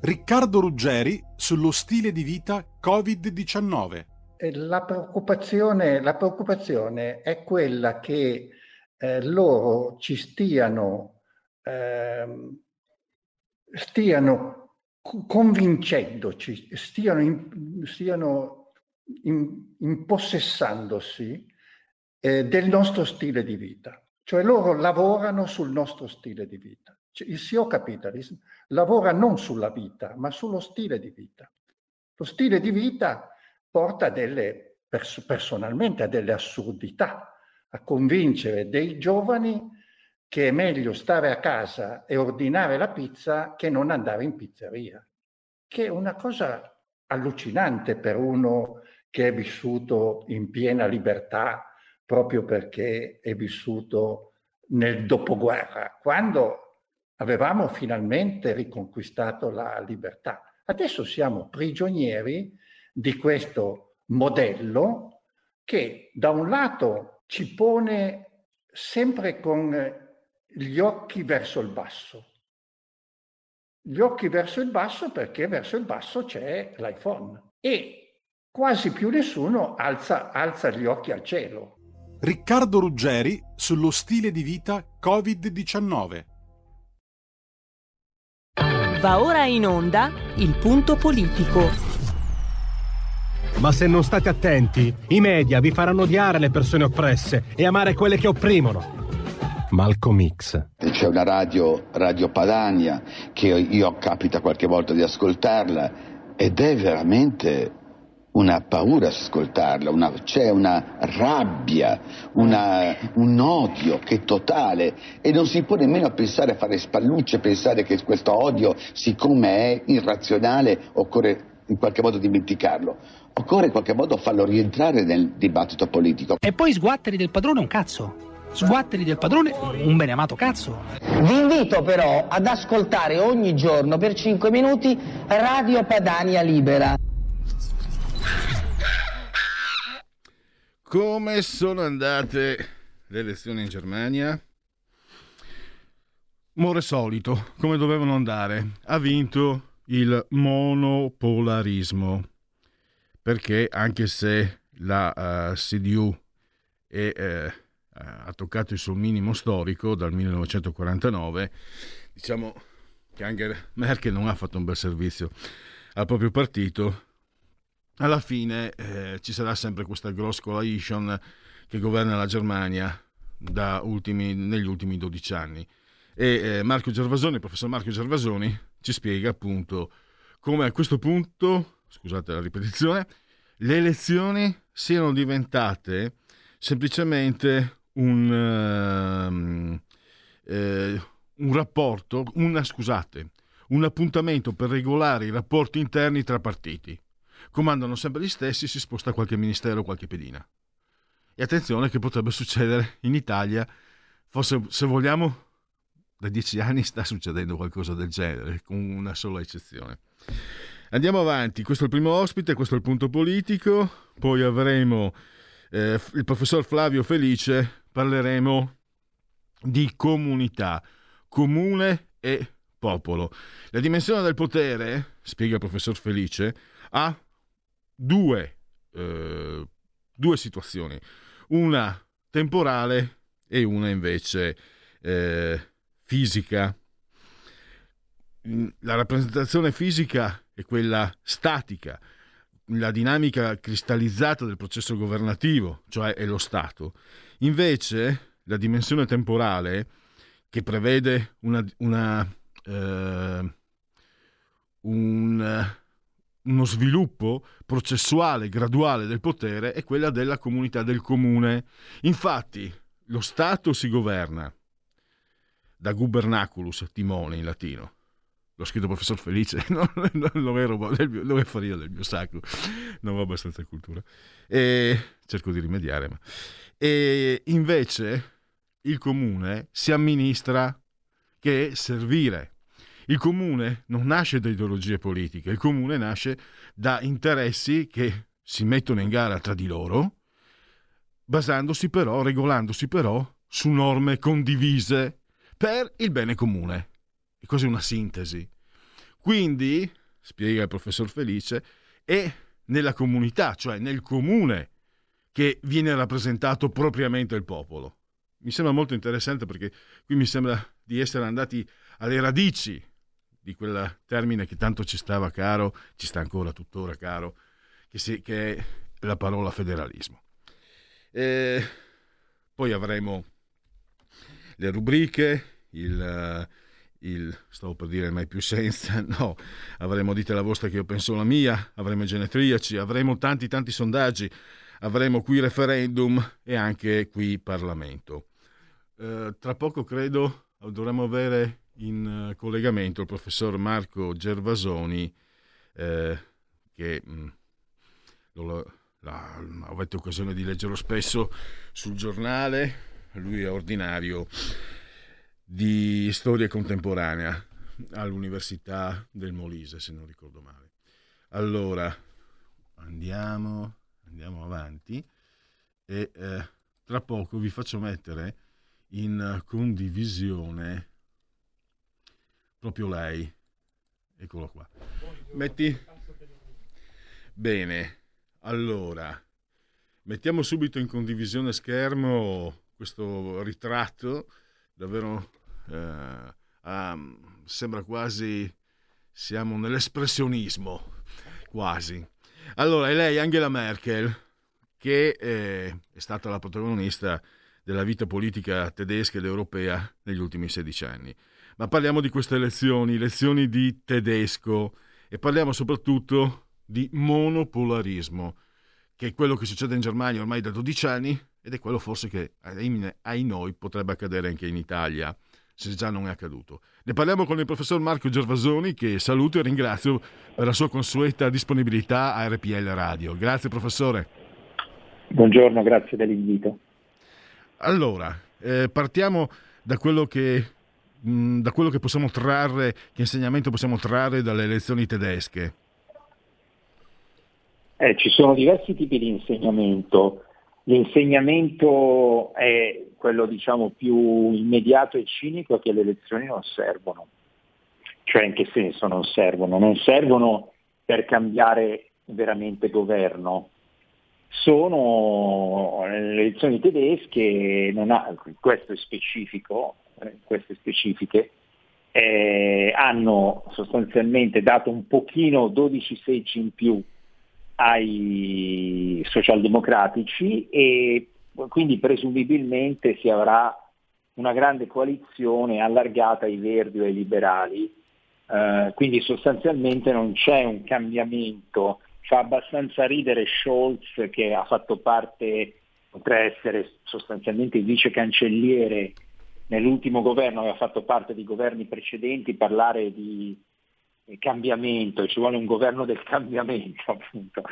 Riccardo Ruggeri sullo stile di vita Covid-19. La preoccupazione è quella che loro ci stiano convincendoci, stiano impossessandosi del nostro stile di vita. Cioè loro lavorano sul nostro stile di vita. Il CEO Capitalism lavora non sulla vita, ma sullo stile di vita. Lo stile di vita porta personalmente a delle assurdità, a convincere dei giovani che è meglio stare a casa e ordinare la pizza che non andare in pizzeria, che è una cosa allucinante per uno che è vissuto in piena libertà proprio perché è vissuto nel dopoguerra, quando avevamo finalmente riconquistato la libertà. Adesso siamo prigionieri di questo modello che da un lato ci pone sempre con gli occhi verso il basso. Gli occhi verso il basso perché verso il basso c'è l'iPhone e quasi più nessuno alza gli occhi al cielo. Riccardo Ruggeri sullo stile di vita Covid-19. Va ora in onda Il Punto Politico. Ma se non state attenti, i media vi faranno odiare le persone oppresse e amare quelle che opprimono. Malcolm X. C'è una Radio Padania che io capita qualche volta di ascoltarla ed è veramente una paura ascoltarla, c'è una rabbia, un odio che è totale e non si può nemmeno pensare a fare spallucce, pensare che questo odio, siccome è irrazionale, occorre in qualche modo dimenticarlo, occorre in qualche modo farlo rientrare nel dibattito politico. E poi sguatteri del padrone un cazzo. Sguatteri del padrone un beneamato cazzo. Vi invito però ad ascoltare ogni giorno per 5 minuti Radio Padania Libera. Come sono andate le elezioni in Germania? More solito, come dovevano andare. Ha vinto il monopolarismo, perché anche se la CDU ha toccato il suo minimo storico dal 1949, diciamo che anche Merkel non ha fatto un bel servizio al proprio partito. Alla fine ci sarà sempre questa gross coalition che governa la Germania negli ultimi 12 anni. E il professor Marco Gervasoni, ci spiega appunto come a questo punto, scusate la ripetizione, le elezioni siano diventate semplicemente un appuntamento per regolare i rapporti interni tra partiti. Comandano sempre gli stessi, si sposta qualche ministero, qualche pedina. E attenzione che potrebbe succedere in Italia, forse se vogliamo da 10 anni sta succedendo qualcosa del genere, con una sola eccezione. Andiamo avanti, questo è il primo ospite, questo è il punto politico, poi avremo il professor Flavio Felice, parleremo di comunità, comune e popolo. La dimensione del potere, spiega il professor Felice, ha due situazioni, una temporale e una invece fisica. La rappresentazione fisica è quella statica, la dinamica cristallizzata del processo governativo, cioè è lo Stato. Invece la dimensione temporale, che prevede uno sviluppo processuale graduale del potere, è quella della comunità, del comune. Infatti lo Stato si governa da gubernaculus, timone in latino. L'ho scritto professor Felice, non lo fare io del mio sacro, non ho abbastanza cultura e cerco di rimediare. E invece il comune si amministra, che è servire. Il comune non nasce da ideologie politiche, il comune nasce da interessi che si mettono in gara tra di loro, regolandosi però su norme condivise per il bene comune. E cos'è una sintesi? Quindi, spiega il professor Felice, è nella comunità, cioè nel comune, che viene rappresentato propriamente il popolo. Mi sembra molto interessante, perché qui mi sembra di essere andati alle radici di quel termine che tanto ci stava caro, ci sta ancora tuttora caro, che è la parola federalismo. Poi avremo le rubriche, stavo per dire mai più senza, no, avremo dite la vostra che io penso la mia, avremo i genetriaci, avremo tanti sondaggi, avremo qui referendum e anche qui Parlamento. Tra poco credo dovremo avere in collegamento il professor Marco Gervasoni, che avete occasione di leggerlo spesso sul giornale. Lui è ordinario di storia contemporanea all'Università del Molise, se non ricordo male. Allora andiamo avanti e tra poco vi faccio mettere in condivisione proprio lei. Eccolo qua. Metti. Bene. Allora, mettiamo subito in condivisione schermo questo ritratto, davvero sembra quasi siamo nell'espressionismo, quasi. Allora, è lei, Angela Merkel, che è stata la protagonista della vita politica tedesca ed europea negli ultimi 16 anni. Ma parliamo di queste elezioni di tedesco, e parliamo soprattutto di monopolarismo, che è quello che succede in Germania ormai da 12 anni, ed è quello forse che ai noi potrebbe accadere anche in Italia, se già non è accaduto. Ne parliamo con il professor Marco Gervasoni, che saluto e ringrazio per la sua consueta disponibilità a RPL Radio. Grazie professore. Buongiorno, grazie dell'invito. Allora, partiamo da quello che possiamo trarre, che insegnamento possiamo trarre dalle elezioni tedesche. Ci sono diversi tipi di insegnamento. L'insegnamento è quello, diciamo, più immediato e cinico, che le elezioni non servono. Cioè, in che senso non servono? Non servono per cambiare veramente governo. Sono le elezioni tedesche, questo è specifico, queste specifiche, hanno sostanzialmente dato un pochino 12 seggi in più ai socialdemocratici, e quindi presumibilmente si avrà una grande coalizione allargata ai verdi o ai liberali, quindi sostanzialmente non c'è un cambiamento. Fa abbastanza ridere Scholz, che ha fatto parte, oltre a essere sostanzialmente il vice cancelliere nell'ultimo governo, aveva fatto parte di governi precedenti, parlare di cambiamento, ci vuole un governo del cambiamento, appunto,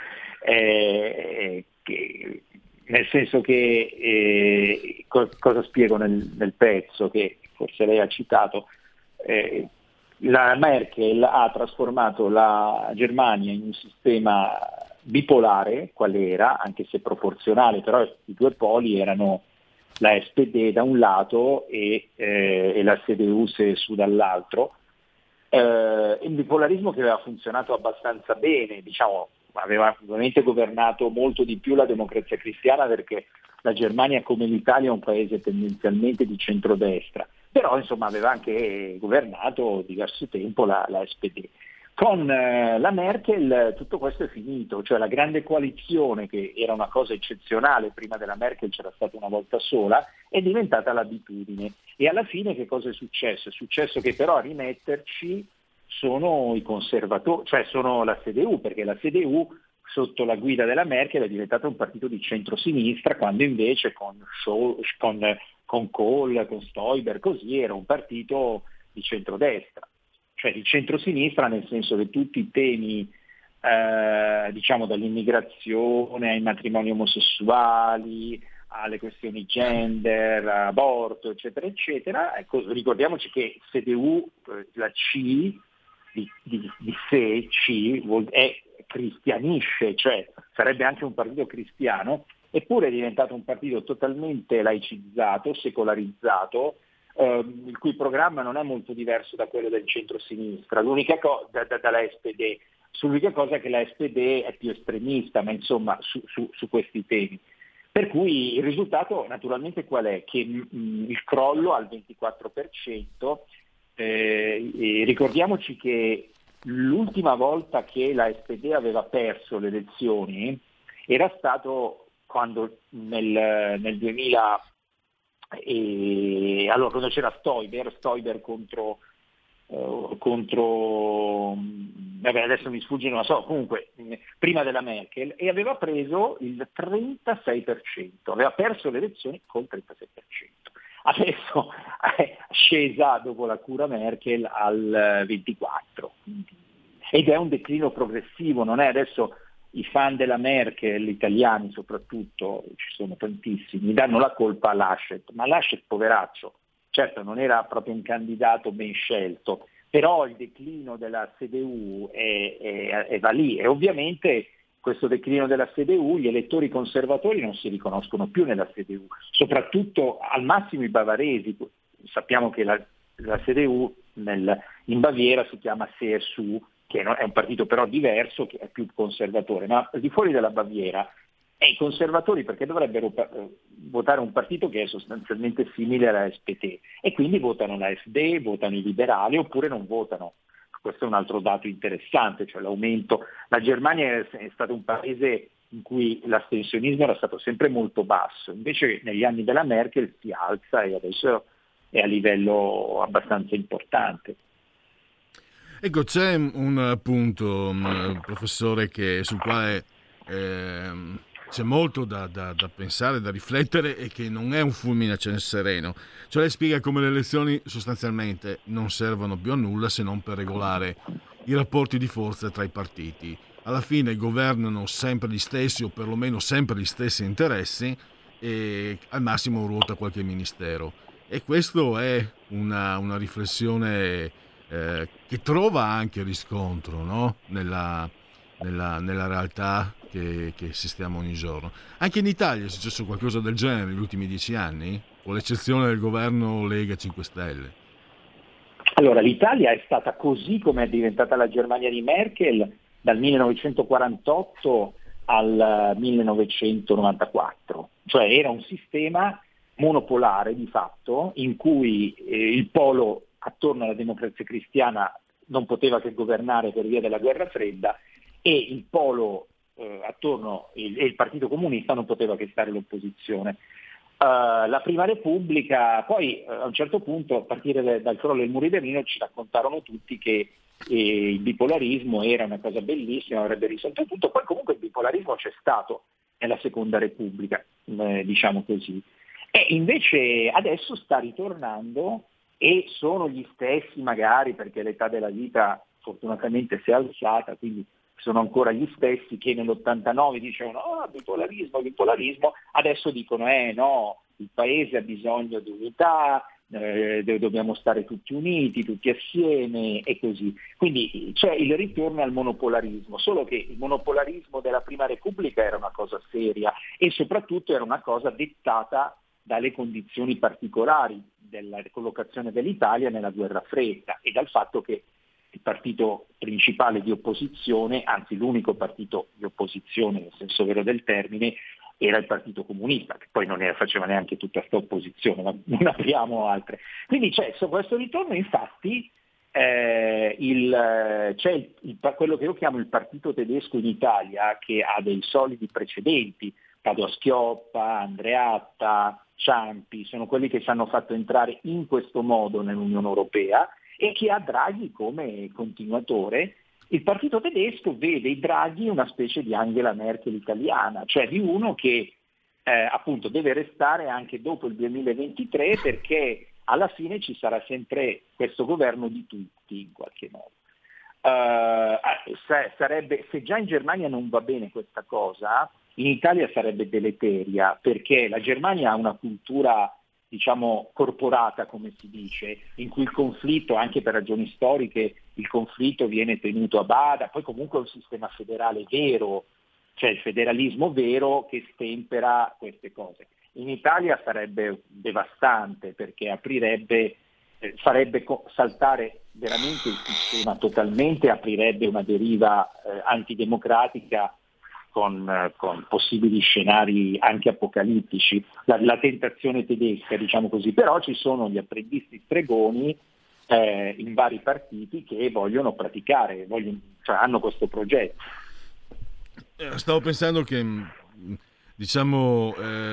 nel senso che cosa spiego nel pezzo che forse lei ha citato, la Merkel ha trasformato la Germania in un sistema bipolare, qual era, anche se proporzionale, però i due poli erano la SPD da un lato e la CDU-CSU dall'altro. Il bipolarismo che aveva funzionato abbastanza bene, diciamo, aveva ovviamente governato molto di più la Democrazia Cristiana, perché la Germania, come l'Italia, è un paese tendenzialmente di centrodestra, però insomma aveva anche governato diverso tempo la SPD. Con la Merkel tutto questo è finito, cioè la grande coalizione, che era una cosa eccezionale, prima della Merkel c'era stata una volta sola, è diventata l'abitudine. E alla fine che cosa è successo? È successo che però a rimetterci sono i conservatori, cioè sono la CDU, perché la CDU sotto la guida della Merkel è diventata un partito di centrosinistra, quando invece con Kohl, con Stoiber, così era un partito di centrodestra. Cioè di centrosinistra, nel senso che tutti i temi, diciamo dall'immigrazione ai matrimoni omosessuali, alle questioni gender, aborto, eccetera, eccetera. Ecco, ricordiamoci che CDU, la C di sé, cristianisce, cioè sarebbe anche un partito cristiano, eppure è diventato un partito totalmente laicizzato, secolarizzato, il cui programma non è molto diverso da quello del centro-sinistra, dalla SPD. L'unica cosa è che la SPD è più estremista, ma insomma su questi temi. Per cui il risultato naturalmente qual è? Che il crollo al 24%, ricordiamoci che l'ultima volta che la SPD aveva perso le elezioni era stato quando nel 2000, allora quando c'era Stoiber contro vabbè, adesso mi sfugge, non lo so, comunque prima della Merkel, e aveva preso il 36%, aveva perso le elezioni col 36%. Adesso è scesa dopo la cura Merkel al 24%, ed è un declino progressivo, non è adesso i fan della Merkel, gli italiani soprattutto, ci sono tantissimi, danno la colpa a Laschet, ma Laschet, poveraccio, certo non era proprio un candidato ben scelto, però il declino della CDU va lì, e ovviamente questo declino della CDU, gli elettori conservatori non si riconoscono più nella CDU, soprattutto al massimo i bavaresi. Sappiamo che la CDU in Baviera si chiama CSU, che è un partito però diverso, che è più conservatore, ma al di fuori della Baviera i conservatori perché dovrebbero votare un partito che è sostanzialmente simile alla SPD, e quindi votano la SD, votano i liberali, oppure non votano. Questo è un altro dato interessante, cioè l'aumento. La Germania è stato un paese in cui l'astensionismo era stato sempre molto basso, invece negli anni della Merkel si alza e adesso è a livello abbastanza importante. Ecco, c'è un punto, professore, sul quale c'è molto da pensare, da riflettere, e che non è un fulmine a ciel sereno. Cioè lei spiega come le elezioni sostanzialmente non servono più a nulla se non per regolare i rapporti di forza tra i partiti. Alla fine governano sempre gli stessi, o perlomeno sempre gli stessi interessi, e al massimo ruota qualche ministero. E questo è una riflessione che trova anche riscontro, no? nella realtà che assistiamo ogni giorno. Anche in Italia è successo qualcosa del genere negli ultimi 10 anni, con l'eccezione del governo Lega 5 Stelle. Allora, l'Italia è stata così come è diventata la Germania di Merkel dal 1948 al 1994, cioè era un sistema monopolare di fatto, in cui il polo attorno alla Democrazia Cristiana non poteva che governare per via della guerra fredda, e il polo attorno e il Partito Comunista non poteva che stare all'opposizione. La Prima Repubblica, poi a un certo punto, a partire dal crollo del muro di Berlino, ci raccontarono tutti che il bipolarismo era una cosa bellissima, avrebbe risolto tutto. Poi comunque il bipolarismo c'è stato nella Seconda Repubblica, diciamo così. E invece adesso sta ritornando, e sono gli stessi magari, perché l'età della vita fortunatamente si è alzata, quindi sono ancora gli stessi che nell'89 dicevano bipolarismo, adesso dicono no, il paese ha bisogno di unità, dobbiamo stare tutti uniti, tutti assieme, e così. Quindi c'è il ritorno al monopolarismo, solo che il monopolarismo della Prima Repubblica era una cosa seria, e soprattutto era una cosa dettata dalle condizioni particolari della collocazione dell'Italia nella guerra fredda, e dal fatto che il partito principale di opposizione, anzi l'unico partito di opposizione nel senso vero del termine, era il Partito Comunista, che poi non faceva neanche tutta questa opposizione, ma non apriamo altre. Quindi c'è questo ritorno, infatti c'è quello che io chiamo il partito tedesco in Italia, che ha dei solidi precedenti, Padoa-Schioppa, Andreatta, Ciampi, sono quelli che ci hanno fatto entrare in questo modo nell'Unione Europea, e che ha Draghi come continuatore. Il partito tedesco vede in Draghi una specie di Angela Merkel italiana, cioè di uno che appunto deve restare anche dopo il 2023, perché alla fine ci sarà sempre questo governo di tutti in qualche modo. Se già in Germania non va bene questa cosa, in Italia sarebbe deleteria, perché la Germania ha una cultura, diciamo, corporata, come si dice, in cui il conflitto, anche per ragioni storiche, il conflitto viene tenuto a bada. Poi comunque è un sistema federale vero, cioè il federalismo vero che stempera queste cose. In Italia sarebbe devastante, perché farebbe saltare veramente il sistema totalmente, aprirebbe una deriva antidemocratica con possibili scenari anche apocalittici, la tentazione tedesca, diciamo così. Però ci sono gli apprendisti stregoni in vari partiti che vogliono praticare, cioè hanno questo progetto. Stavo pensando che, diciamo,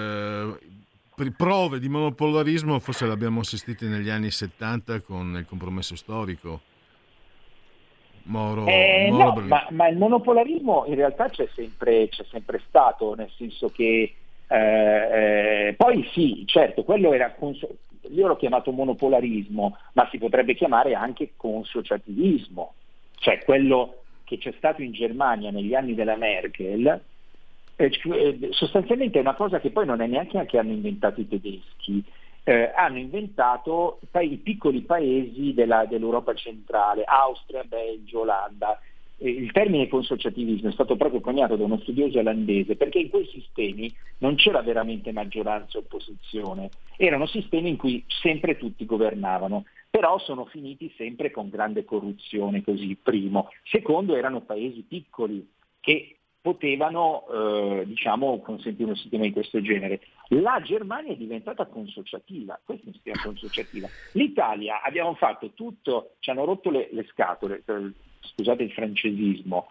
prove di monopolarismo forse le abbiamo assistite negli anni 70 con il compromesso storico. Moro No, ma il monopolarismo in realtà c'è sempre stato, nel senso che poi sì, certo, quello era io l'ho chiamato monopolarismo, ma si potrebbe chiamare anche consociativismo, cioè quello che c'è stato in Germania negli anni della Merkel. Sostanzialmente è una cosa che poi non è neanche che hanno inventato i tedeschi, hanno inventato i piccoli paesi dell'Europa centrale, Austria, Belgio, Olanda. Il termine consociativismo è stato proprio coniato da uno studioso olandese, perché in quei sistemi non c'era veramente maggioranza e opposizione, erano sistemi in cui sempre tutti governavano, però sono finiti sempre con grande corruzione, così, primo. Secondo, erano paesi piccoli che potevano consentire un sistema di questo genere. La Germania è diventata consociativa, questo è un sistema consociativa. L'Italia, abbiamo fatto tutto, ci hanno rotto le scatole, scusate il francesismo,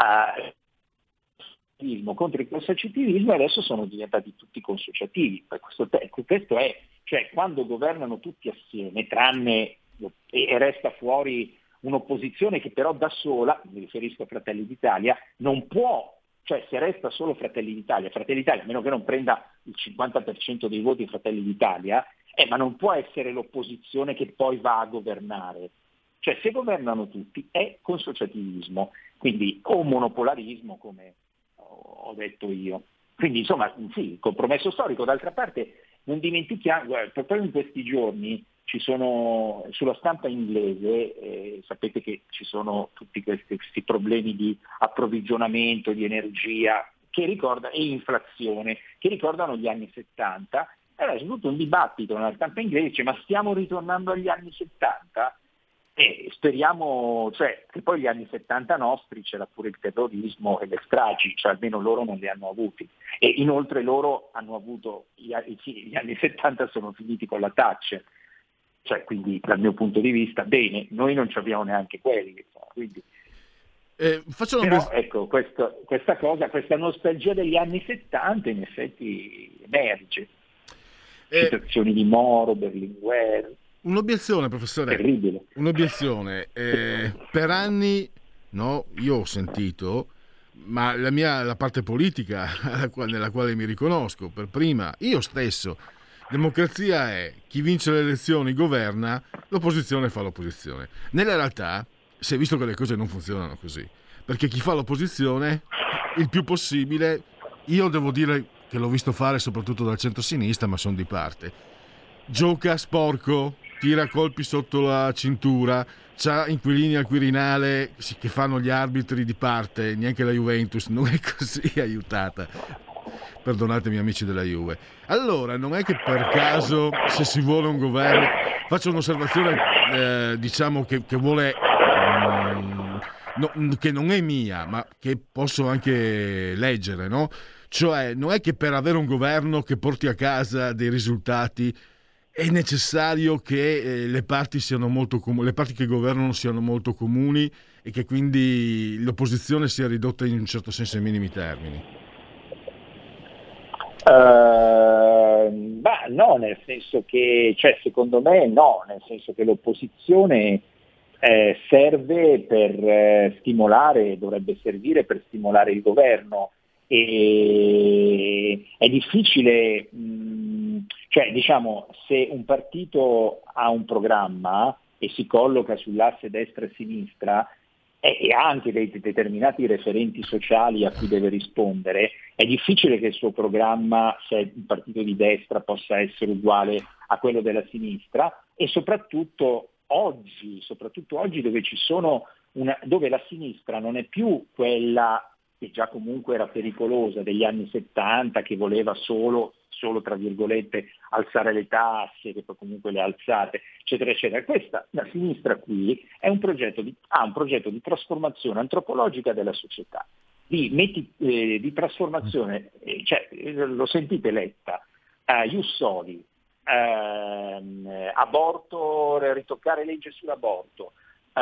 contro il consociativismo, e adesso sono diventati tutti consociativi. Questo è, cioè quando governano tutti assieme, tranne e resta fuori un'opposizione che però da sola, mi riferisco a Fratelli d'Italia, non può. Cioè se resta solo Fratelli d'Italia, a meno che non prenda il 50% dei voti Fratelli d'Italia, ma non può essere l'opposizione che poi va a governare. Cioè se governano tutti è consociativismo, quindi o monopolarismo, come ho detto io. Quindi insomma sì, compromesso storico. D'altra parte non dimentichiamo, proprio in questi giorni ci sono sulla stampa inglese, sapete che ci sono tutti questi problemi di approvvigionamento di energia e inflazione che ricordano gli anni 70. Allora c'è tutto un dibattito nella stampa inglese, dice ma stiamo ritornando agli anni 70? Speriamo, cioè, che poi gli anni 70 nostri c'era pure il terrorismo e le stragi, cioè almeno loro non li hanno avuti, e inoltre loro hanno avuto gli anni 70 sono finiti con la Thatcher, cioè quindi dal mio punto di vista bene, noi non ci abbiamo neanche quelli, quindi però ecco questa nostalgia degli anni 70 in effetti emerge, citazioni di Moro, Berlinguer. Un'obiezione, professore. Terribile. Un'obiezione. Per anni, no, io ho sentito, ma la parte politica nella quale mi riconosco, per prima, io stesso, democrazia è chi vince le elezioni governa, l'opposizione fa l'opposizione. Nella realtà si è visto che le cose non funzionano così, perché chi fa l'opposizione, il più possibile, io devo dire che l'ho visto fare soprattutto dal centro-sinistra, ma sono di parte, gioca sporco, tira colpi sotto la cintura, c'ha inquilini al Quirinale che fanno gli arbitri di parte, neanche la Juventus non è così aiutata. Perdonatemi amici della Juve. Allora, non è che per caso, se si vuole un governo, faccio un'osservazione diciamo che vuole che non è mia, ma che posso anche leggere, no? Cioè, non è che per avere un governo che porti a casa dei risultati è necessario che le parti siano molto le parti che governano siano molto comuni e che quindi l'opposizione sia ridotta in un certo senso ai minimi termini. No, nel senso che, cioè secondo me no, nel senso che l'opposizione serve per dovrebbe servire per stimolare il governo, e è difficile, cioè diciamo se un partito ha un programma e si colloca sull'asse destra-sinistra e ha anche dei determinati referenti sociali a cui deve rispondere, è difficile che il suo programma, se è un partito di destra, possa essere uguale a quello della sinistra, e soprattutto oggi dove la sinistra non è più quella che già comunque era pericolosa degli anni 70, che voleva solo solo, tra virgolette, alzare le tasse, che poi comunque le alzate, eccetera, eccetera. Questa, la sinistra qui, ha un progetto di trasformazione antropologica della società, di trasformazione, lo sentite Letta, ius soli, aborto, ritoccare legge sull'aborto,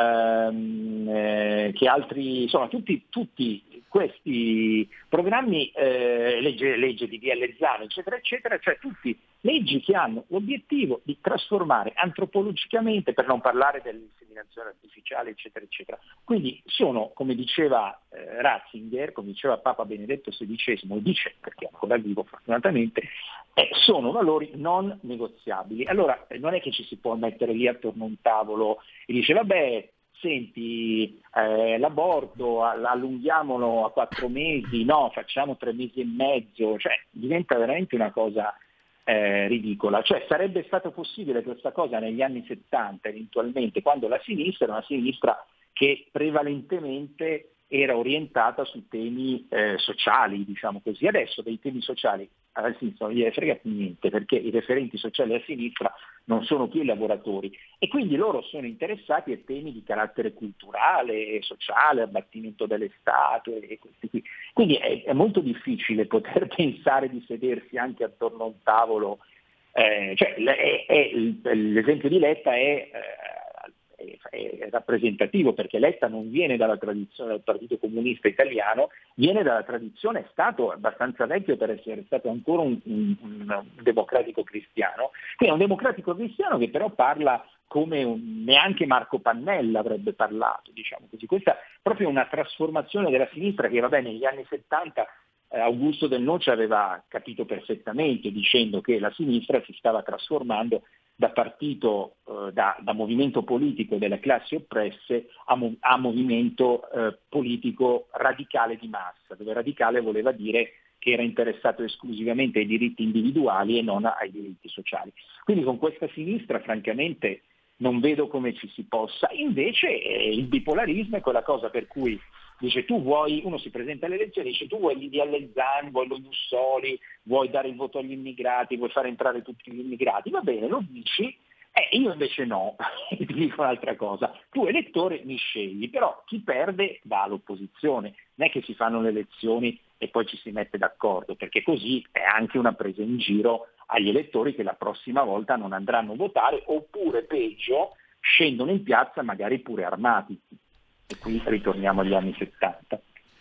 che altri, insomma, tutti questi programmi, legge di DL Zan, eccetera, eccetera, cioè tutti leggi che hanno l'obiettivo di trasformare antropologicamente, per non parlare dell'inseminazione artificiale, eccetera, eccetera. Quindi sono, come diceva Ratzinger, come diceva Papa Benedetto XVI, e dice, perché è ancora vivo fortunatamente, sono valori non negoziabili. Allora non è che ci si può mettere lì attorno a un tavolo e dice vabbè, senti, l'aborto allunghiamolo a 4 mesi, no, facciamo 3 mesi e mezzo, cioè diventa veramente una cosa ridicola. Cioè sarebbe stato possibile questa cosa negli anni 70 eventualmente, quando la sinistra era una sinistra che prevalentemente era orientata su temi sociali, diciamo così. Adesso dei temi sociali alla sinistra non gliene frega più niente, perché i referenti sociali a sinistra non sono più i lavoratori e quindi loro sono interessati a temi di carattere culturale, sociale, abbattimento delle statue e questi qui. Quindi è molto difficile poter pensare di sedersi anche attorno a un tavolo. L'esempio di Letta è rappresentativo, perché Letta non viene dalla tradizione del Partito Comunista Italiano, viene dalla tradizione, è stato abbastanza vecchio per essere stato ancora un democratico cristiano, quindi è un democratico cristiano che però parla come neanche Marco Pannella avrebbe parlato, diciamo così. Questa è proprio una trasformazione della sinistra che negli anni 70 Augusto Del Noce aveva capito perfettamente, dicendo che la sinistra si stava trasformando da partito, da movimento politico delle classi oppresse a movimento politico radicale di massa, dove radicale voleva dire che era interessato esclusivamente ai diritti individuali e non ai diritti sociali. Quindi con questa sinistra francamente non vedo come ci si possa. Invece il bipolarismo è quella cosa per cui dice uno si presenta alle elezioni e dice tu vuoi l'IDL Zan, vuoi lo Ius Soli, vuoi dare il voto agli immigrati, vuoi fare entrare tutti gli immigrati, va bene, lo dici, io invece no, e ti dico un'altra cosa, tu elettore mi scegli, però chi perde va all'opposizione, non è che si fanno le elezioni e poi ci si mette d'accordo, perché così è anche una presa in giro agli elettori che la prossima volta non andranno a votare, oppure peggio, scendono in piazza magari pure armati. E qui ritorniamo agli anni 70.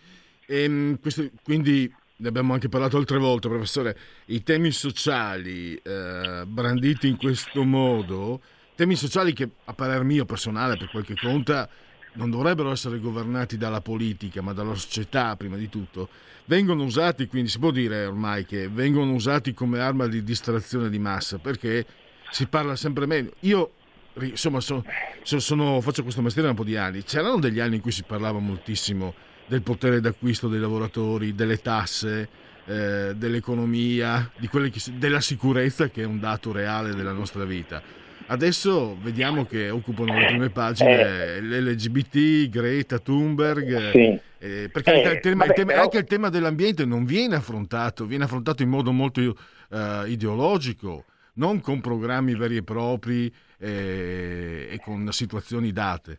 Quindi ne abbiamo anche parlato altre volte, professore, i temi sociali branditi in questo modo, temi sociali che a parer mio personale, per quel che conta, non dovrebbero essere governati dalla politica ma dalla società prima di tutto, vengono usati, quindi si può dire ormai che vengono usati come arma di distrazione di massa, perché si parla sempre meno. Io insomma faccio questo mestiere da un po' di anni, c'erano degli anni in cui si parlava moltissimo del potere d'acquisto dei lavoratori, delle tasse, dell'economia, della sicurezza, che è un dato reale della nostra vita. Adesso vediamo che occupano le prime pagine l'LGBT, Greta Thunberg, sì. Perché anche il tema dell'ambiente non viene affrontato in modo molto ideologico, non con programmi veri e propri e con situazioni date.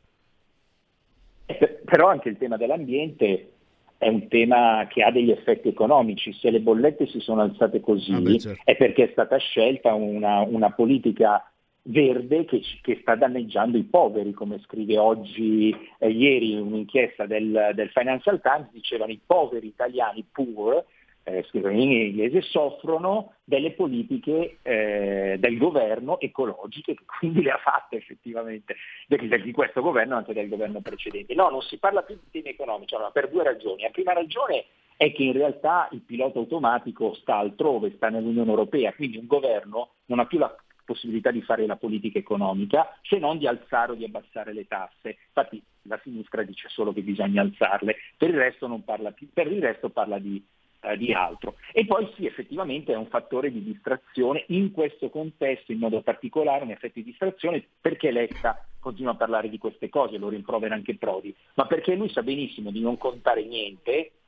Però anche il tema dell'ambiente è un tema che ha degli effetti economici. Se le bollette si sono alzate così, certo, è perché è stata scelta una politica verde che sta danneggiando i poveri, come scrive ieri un'inchiesta del Financial Times, dicevano i poveri italiani, poor, scrivono in inglese, soffrono delle politiche del governo ecologiche, che quindi le ha fatte effettivamente di questo governo, anche del governo precedente. No, non si parla più di temi economici, allora, per 2 ragioni. La prima ragione è che in realtà il pilota automatico sta altrove, sta nell'Unione Europea, quindi un governo non ha più la possibilità di fare la politica economica se non di alzare o di abbassare le tasse. Infatti la sinistra dice solo che bisogna alzarle, per il resto non parla più, per il resto parla di altro. E poi sì, effettivamente è un fattore di distrazione in questo contesto, in modo particolare un effetto di distrazione, perché Letta continua a parlare di queste cose, lo rimprovera anche Prodi, ma perché lui sa benissimo di non contare niente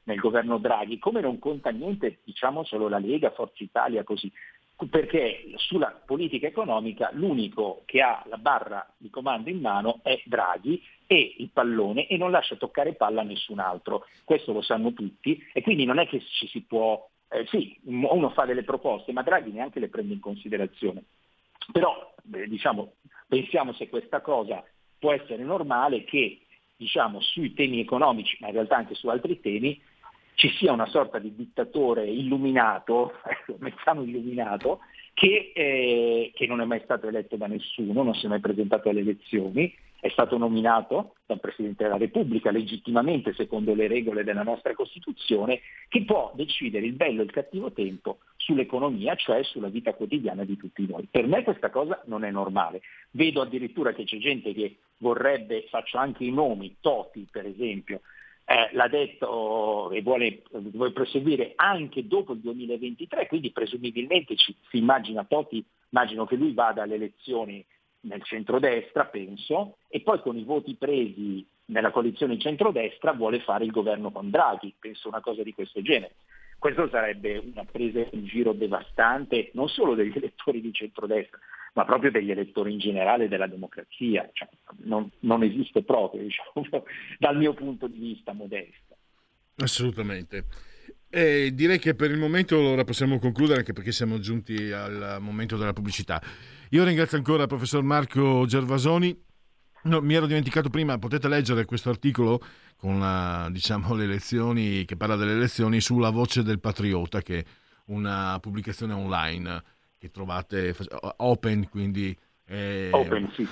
nel governo Draghi, come non conta niente, diciamo, solo la Lega, Forza Italia, così, perché sulla politica economica l'unico che ha la barra di comando in mano è Draghi e il pallone, e non lascia toccare palla a nessun altro. Questo lo sanno tutti, e quindi non è che ci si può, sì, uno fa delle proposte, ma Draghi neanche le prende in considerazione. Però diciamo, pensiamo se questa cosa può essere normale, che diciamo sui temi economici, ma in realtà anche su altri temi, ci sia una sorta di dittatore illuminato, mettiamo illuminato, che non è mai stato eletto da nessuno, non si è mai presentato alle elezioni, è stato nominato dal Presidente della Repubblica legittimamente secondo le regole della nostra Costituzione, che può decidere il bello e il cattivo tempo sull'economia, cioè sulla vita quotidiana di tutti noi. Per me questa cosa non è normale. Vedo addirittura che c'è gente che vorrebbe, faccio anche i nomi, Toti per esempio, l'ha detto e vuole proseguire anche dopo il 2023, quindi presumibilmente si immagina Toti, immagino che lui vada alle elezioni nel centrodestra, penso, e poi con i voti presi nella coalizione centrodestra vuole fare il governo con Draghi, penso una cosa di questo genere. Questo sarebbe una presa in giro devastante, non solo degli elettori di centrodestra, ma proprio degli elettori in generale della democrazia. Cioè, non esiste proprio, diciamo, dal mio punto di vista modesto. Assolutamente. E direi che per il momento ora possiamo concludere, anche perché siamo giunti al momento della pubblicità. Io ringrazio ancora il professor Marco Gervasoni. No, mi ero dimenticato prima, potete leggere questo articolo con le elezioni, che parla delle elezioni, sulla Voce del Patriota, che è una pubblicazione online che trovate open, quindi open, sì.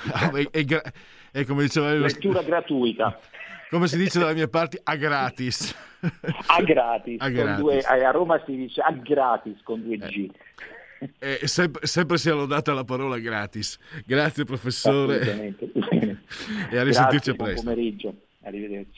È come diceva lettura gratuita, come si dice dalle mie parti, a gratis. A gratis, a Roma si dice a gratis con 2G. Sempre sia lodata la parola gratis. Grazie professore. Assolutamente. E a risentirci a presto. Buon pomeriggio, arrivederci.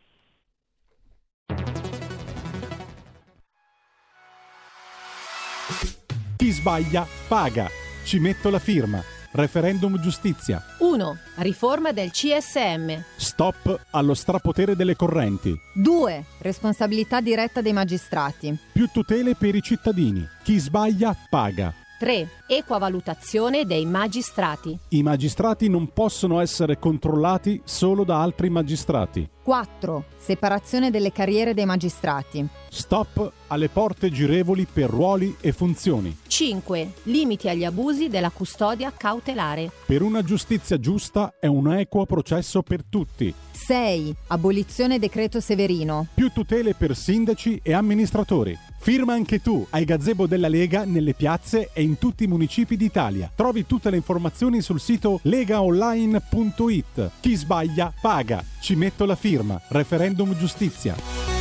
Chi sbaglia paga. Ci metto la firma. Referendum giustizia. 1. Riforma del CSM. Stop allo strapotere delle correnti. 2. Responsabilità diretta dei magistrati. Più tutele per i cittadini. Chi sbaglia paga. 3. Equa valutazione dei magistrati. I magistrati non possono essere controllati solo da altri magistrati. 4. Separazione delle carriere dei magistrati. Stop alle porte girevoli per ruoli e funzioni. 5. Limiti agli abusi della custodia cautelare. Per una giustizia giusta e un equo processo per tutti. 6. Abolizione decreto Severino. Più tutele per sindaci e amministratori. Firma anche tu ai gazebo della Lega nelle piazze e in tutti i municipi d'Italia. Trovi tutte le informazioni sul sito legaonline.it. Chi sbaglia paga. Ci metto la firma. Referendum giustizia.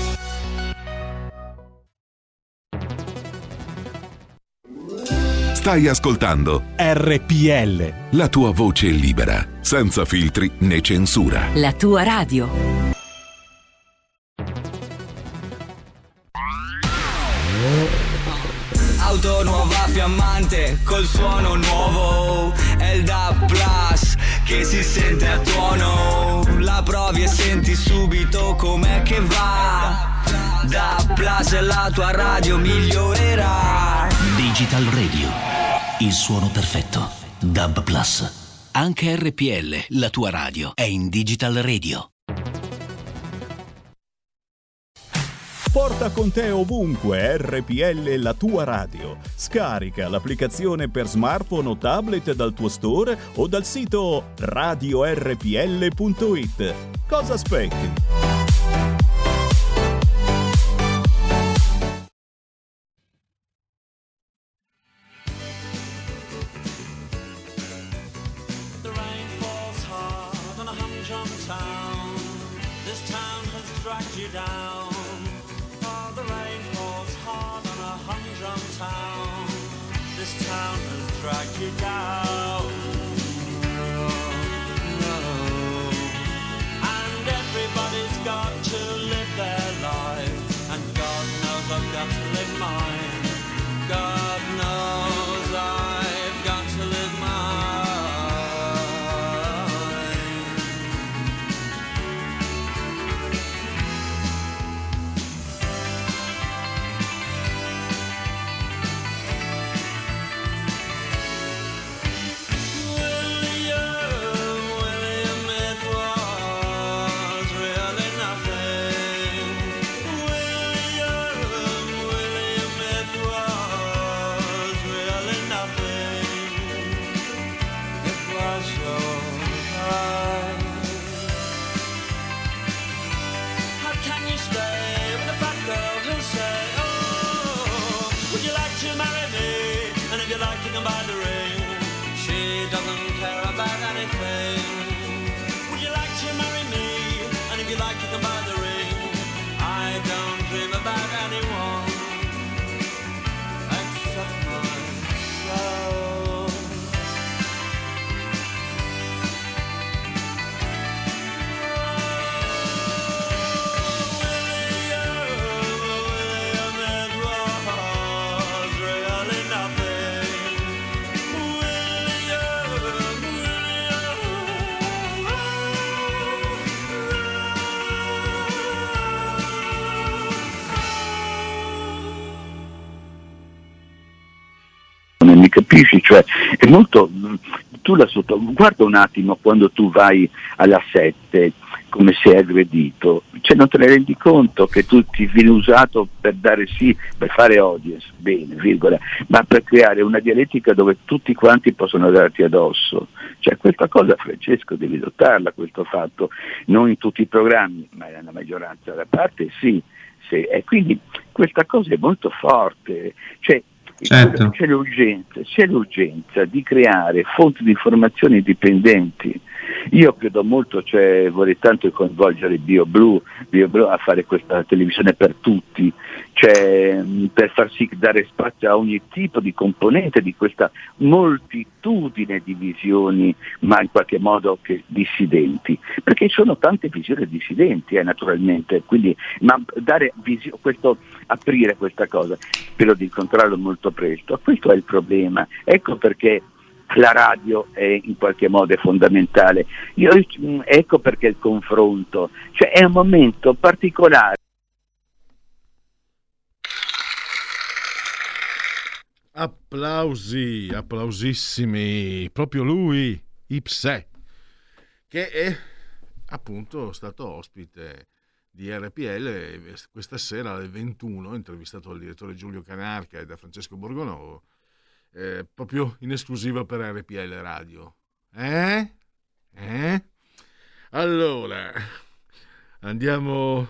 Stai ascoltando RPL. La tua voce libera, senza filtri né censura. La tua radio. Auto nuova fiammante col suono nuovo, è il DAB Plus che si sente a tuono. La provi e senti subito com'è che va. DAB Plus e la tua radio migliorerà. Digital Radio, il suono perfetto. DAB Plus. Anche RPL, la tua radio, è in Digital Radio. Porta con te ovunque RPL, la tua radio. Scarica l'applicazione per smartphone o tablet dal tuo store o dal sito radiorpl.it. Cosa aspetti? can you stay with a fat girl who'll say, oh, would you like to marry me? And if you like, you can buy the ring. She doesn't care about anything. Would you like to marry me? And if you like, you can buy the ring. I don't dream about anyone except myself. Mi capisci? Cioè è molto, tu guarda un attimo quando tu vai alla 7 come sei aggredito, cioè non te ne rendi conto che tu ti vieni usato per dare per fare audience, bene, virgola, ma per creare una dialettica dove tutti quanti possono darti addosso. Cioè questa cosa, Francesco, devi notarla, questo fatto, non in tutti i programmi, ma nella maggioranza della parte sì. E quindi questa cosa è molto forte, cioè certo. C'è l'urgenza di creare fonti di informazione indipendenti. Io credo molto, cioè vorrei tanto coinvolgere BioBlu a fare questa televisione per tutti, cioè per far sì dare spazio a ogni tipo di componente di questa moltitudine di visioni, ma in qualche modo che dissidenti, perché ci sono tante visioni dissidenti naturalmente, quindi ma dare aprire questa cosa, spero di incontrarlo molto presto. Questo è il problema, ecco perché la radio è in qualche modo fondamentale. Ecco perché il confronto, cioè è un momento particolare. Applausissimi, proprio lui, Ipsè, che è appunto stato ospite di RPL questa sera alle 21, intervistato dal direttore Giulio Canarca e da Francesco Borgonovo, proprio in esclusiva per RPL Radio. Allora, andiamo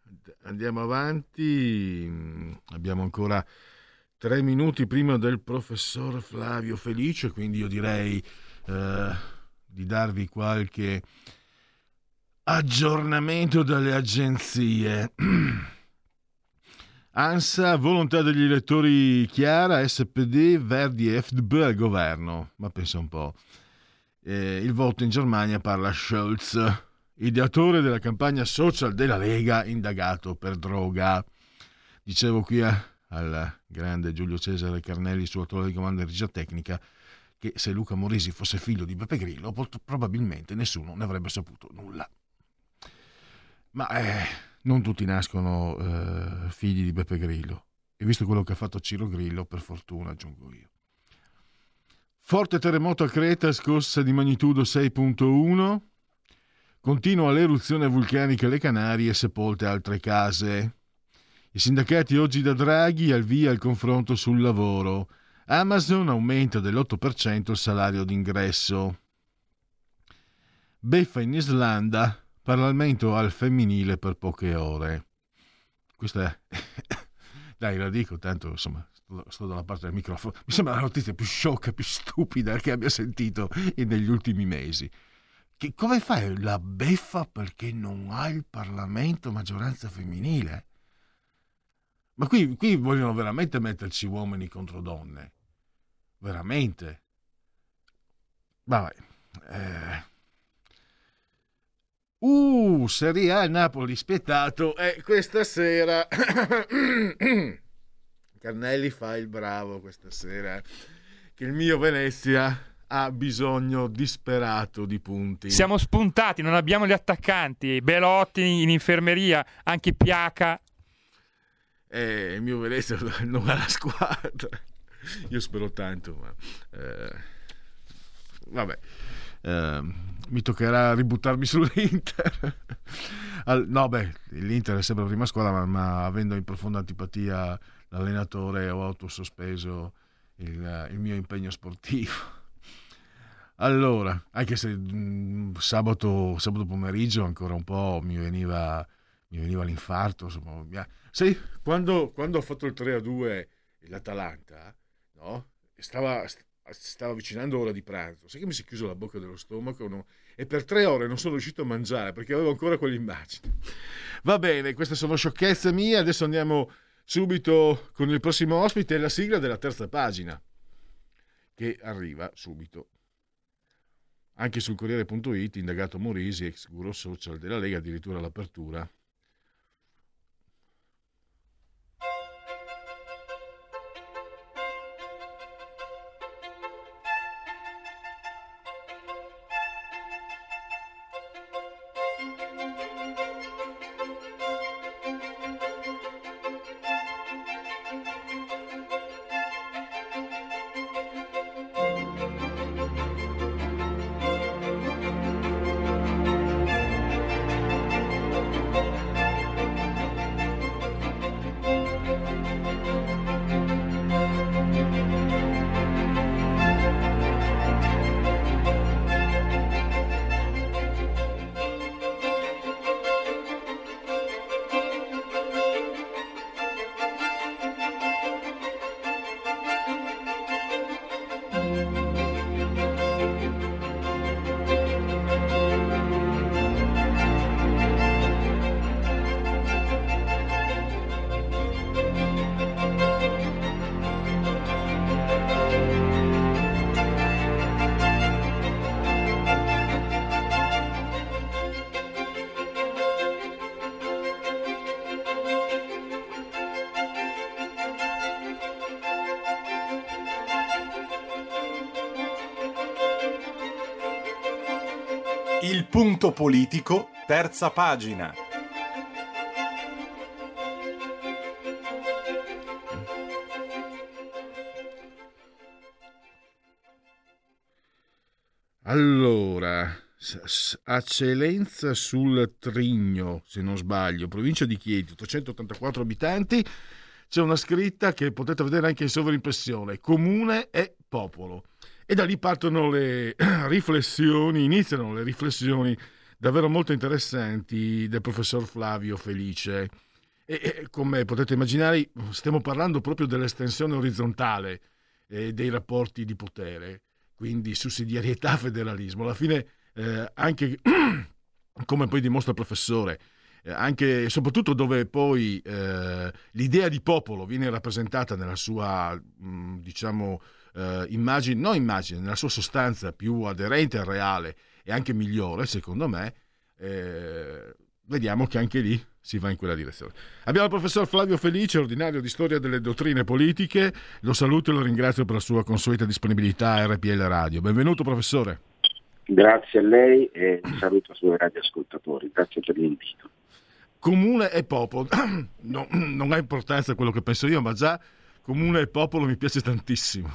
avanti, abbiamo ancora 3 minuti prima del professor Flavio Felice, quindi io direi di darvi qualche aggiornamento dalle agenzie. ANSA, volontà degli elettori chiara, SPD, Verdi e FDP al governo. Ma pensa un po'. Il voto in Germania, parla Scholz, ideatore della campagna social della Lega, indagato per droga. Dicevo qui al grande Giulio Cesare Carnelli, suo attore di comando di regia tecnica, che se Luca Morisi fosse figlio di Beppe Grillo, probabilmente nessuno ne avrebbe saputo nulla. Ma non tutti nascono figli di Beppe Grillo, e visto quello che ha fatto Ciro Grillo, per fortuna, aggiungo io. Forte terremoto a Creta, scossa di magnitudo 6.1, continua l'eruzione vulcanica alle Canarie, sepolte altre case. I sindacati oggi da Draghi, al via il confronto sul lavoro. Amazon aumenta dell'8% il salario d'ingresso. Beffa in Islanda, Parlamento al femminile per poche ore. Questa è... Dai, la dico, tanto insomma sto dalla parte del microfono. Mi sembra la notizia più sciocca, più stupida che abbia sentito negli ultimi mesi. Che come fai la beffa perché non ha il Parlamento maggioranza femminile? Ma qui vogliono veramente metterci uomini contro donne. Veramente. Vabbè. Serie A, Napoli spietato, e questa sera Carnelli fa il bravo questa sera, che il mio Venezia ha bisogno disperato di punti. Siamo spuntati, non abbiamo gli attaccanti, Belotti in infermeria, anche Piaca. Il mio Venezia non ha la squadra, io spero tanto, ma vabbè. Mi toccherà ributtarmi sull'Inter. L'Inter è sempre la prima squadra, ma avendo in profonda antipatia l'allenatore ho autosospeso il mio impegno sportivo. Allora, anche se sabato pomeriggio ancora un po' mi veniva mi veniva l'infarto, insomma. Sai, quando ho fatto il 3-2 l'Atalanta, no? Stava avvicinando l'ora di pranzo, sai che mi si è chiuso la bocca dello stomaco, no? E per 3 ore non sono riuscito a mangiare perché avevo ancora quell'immagine. Va bene, queste sono sciocchezze mie. Adesso andiamo subito con il prossimo ospite, la sigla della terza pagina, che arriva subito. Anche sul Corriere.it, indagato Morisi, ex guru social della Lega, addirittura l'apertura. Il punto politico, terza pagina. Allora, Eccellenza sul Trigno, se non sbaglio, provincia di Chieti, 884 abitanti. C'è una scritta che potete vedere anche in sovraimpressione: comune e popolo. E da lì partono le riflessioni, iniziano le riflessioni davvero molto interessanti del professor Flavio Felice. E come potete immaginare, stiamo parlando proprio dell'estensione orizzontale dei rapporti di potere, quindi sussidiarietà, federalismo. Alla fine, anche come poi dimostra il professore, anche e soprattutto dove poi l'idea di popolo viene rappresentata nella sua, immagine, nella sua sostanza più aderente al reale e anche migliore, secondo me, vediamo che anche lì si va in quella direzione. Abbiamo il professor Flavio Felice, ordinario di storia delle dottrine politiche. Lo saluto e lo ringrazio per la sua consueta disponibilità a RPL Radio. Benvenuto, professore. Grazie a lei e un saluto ai suoi radioascoltatori. Grazie per l'invito. Comune e popolo, no, non ha importanza quello che penso io, ma già comune e popolo mi piace tantissimo.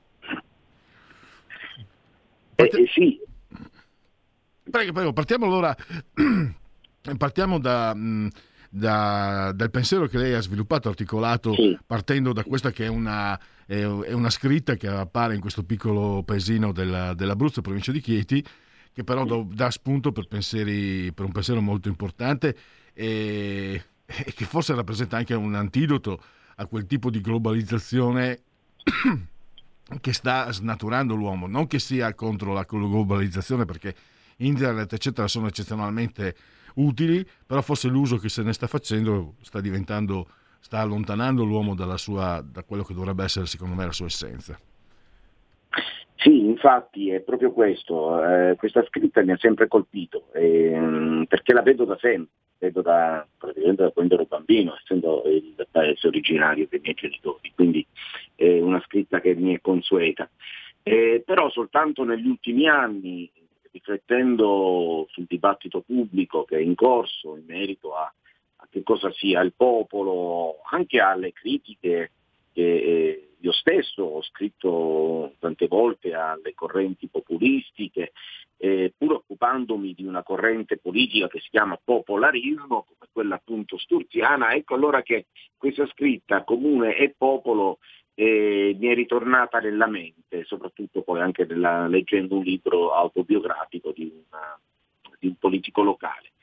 Sì. Prego, partiamo allora. Partiamo dal pensiero che lei ha sviluppato, articolato, sì, partendo da questa che è una scritta che appare in questo piccolo paesino dell'Abruzzo, provincia di Chieti, che però dà spunto per un pensiero molto importante e che forse rappresenta anche un antidoto a quel tipo di globalizzazione che sta snaturando l'uomo. Non che sia contro la globalizzazione, perché internet eccetera sono eccezionalmente utili, però forse l'uso che se ne sta facendo sta allontanando l'uomo da quello che dovrebbe essere, secondo me, la sua essenza. Sì, infatti è proprio questo. Questa scritta mi ha sempre colpito, perché la vedo da sempre, praticamente da quando ero bambino, essendo il paese originario dei miei genitori, quindi è una scritta che mi è consueta. Però soltanto negli ultimi anni, riflettendo sul dibattito pubblico che è in corso in merito a che cosa sia il popolo, anche alle critiche che io stesso ho scritto tante volte alle correnti populistiche, pur occupandomi di una corrente politica che si chiama popolarismo, come quella appunto sturziana. Ecco allora che questa scritta comune e popolo mi è ritornata nella mente, soprattutto poi anche leggendo un libro autobiografico di un politico locale.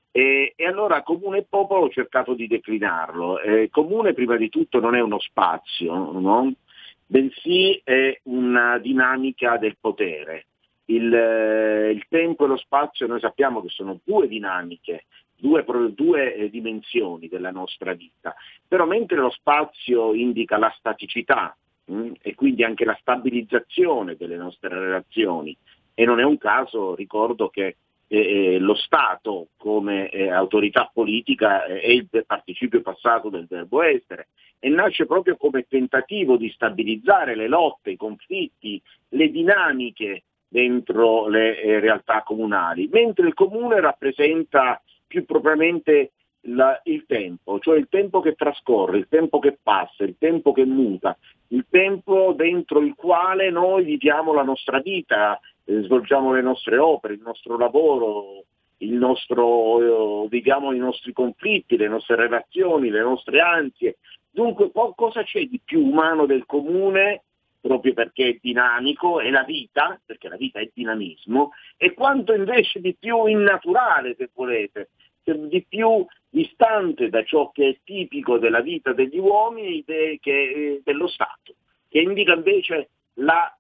E allora comune e popolo ho cercato di declinarlo. Comune prima di tutto non è uno spazio, no? Bensì è una dinamica del potere. Il tempo e lo spazio noi sappiamo che sono due dinamiche, due dimensioni della nostra vita, però mentre lo spazio indica la staticità e quindi anche la stabilizzazione delle nostre relazioni, e non è un caso, ricordo che lo Stato come autorità politica è il participio passato del verbo essere e nasce proprio come tentativo di stabilizzare le lotte, i conflitti, le dinamiche dentro le realtà comunali, mentre il comune rappresenta più propriamente il tempo, cioè il tempo che trascorre, il tempo che passa, il tempo che muta, il tempo dentro il quale noi viviamo la nostra vita, svolgiamo le nostre opere, il nostro lavoro, viviamo i nostri conflitti, le nostre relazioni, le nostre ansie. Dunque cosa c'è di più umano del comune, proprio perché è dinamico, è la vita, perché la vita è dinamismo, e quanto invece di più innaturale, se volete, di più distante da ciò che è tipico della vita degli uomini dello Stato, che indica invece la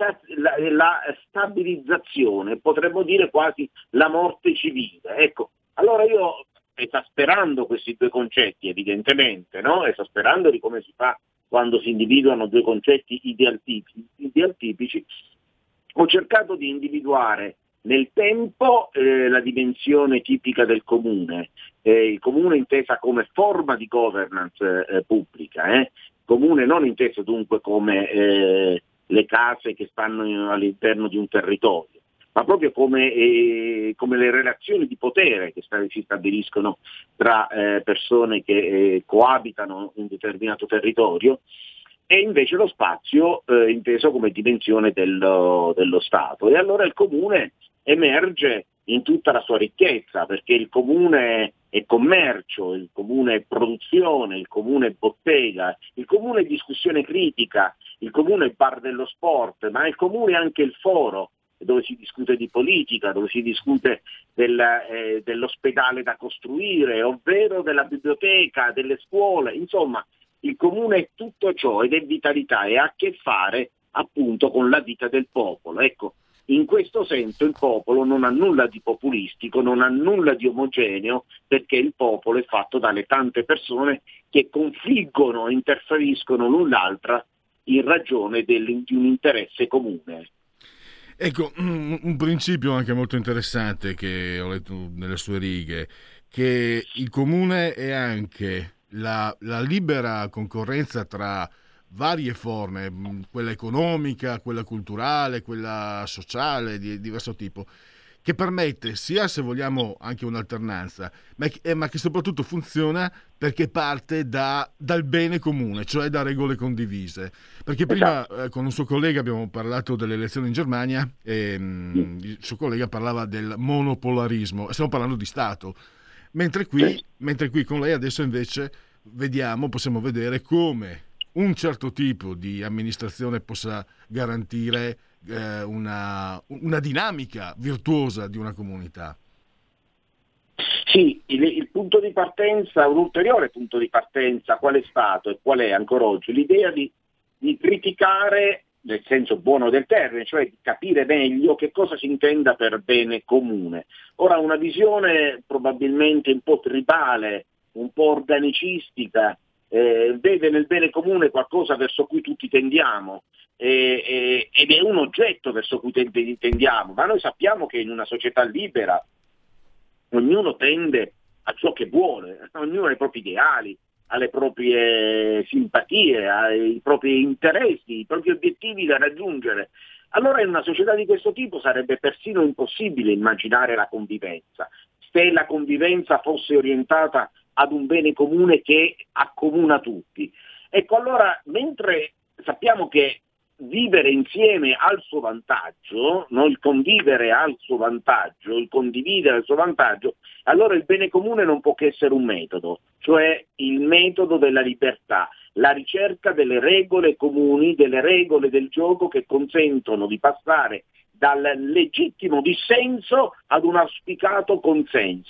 stabilizzazione, potremmo dire quasi la morte civile. Ecco, allora io, esasperando questi due concetti evidentemente, no? Esasperandoli come si fa quando si individuano due concetti idealtipici, ho cercato di individuare nel tempo la dimensione tipica del comune, il comune intesa come forma di governance pubblica, comune non inteso dunque come le case che stanno all'interno di un territorio, ma proprio come le relazioni di potere che si stabiliscono tra persone che coabitano in un determinato territorio, e invece lo spazio inteso come dimensione dello Stato. E allora il comune emerge in tutta la sua ricchezza, perché il comune è commercio, il comune è produzione, il comune è bottega, il comune è discussione critica, il comune è bar dello sport, ma il comune è anche il foro dove si discute di politica, dove si discute dell'ospedale da costruire, ovvero della biblioteca, delle scuole. Insomma, il comune è tutto ciò ed è vitalità e ha a che fare appunto con la vita del popolo. Ecco, in questo senso il popolo non ha nulla di populistico, non ha nulla di omogeneo, perché il popolo è fatto dalle tante persone che confliggono, interferiscono l'un l'altra in ragione di un interesse comune. Ecco, un principio anche molto interessante che ho letto nelle sue righe, che il comune è anche la libera concorrenza tra varie forme, quella economica, quella culturale, quella sociale, di diverso tipo, che permette sia, se vogliamo, anche un'alternanza, ma che soprattutto funziona perché parte dal bene comune, cioè da regole condivise. Perché prima con un suo collega abbiamo parlato delle elezioni in Germania e il suo collega parlava del monopolarismo, stiamo parlando di Stato, mentre qui con lei adesso invece possiamo vedere come un certo tipo di amministrazione possa garantire una dinamica virtuosa di una comunità. Sì, il punto di partenza, un ulteriore punto di partenza, qual è stato e qual è ancora oggi? L'idea di criticare, nel senso buono del termine, cioè di capire meglio che cosa si intenda per bene comune. Ora, una visione probabilmente un po' tribale, un po' organicistica, vede nel bene comune qualcosa verso cui tutti tendiamo, ed è un oggetto verso cui tendiamo, ma noi sappiamo che in una società libera ognuno tende a ciò che vuole, ognuno ha i propri ideali, ha le proprie simpatie, ha i propri interessi, i propri obiettivi da raggiungere. Allora in una società di questo tipo sarebbe persino impossibile immaginare la convivenza, se la convivenza fosse orientata ad un bene comune che accomuna tutti. Ecco, allora, mentre sappiamo che vivere insieme ha il suo vantaggio, no? Il convivere ha il suo vantaggio, il condividere ha il suo vantaggio, allora il bene comune non può che essere un metodo, cioè il metodo della libertà, la ricerca delle regole comuni, delle regole del gioco che consentono di passare dal legittimo dissenso ad un auspicato consenso.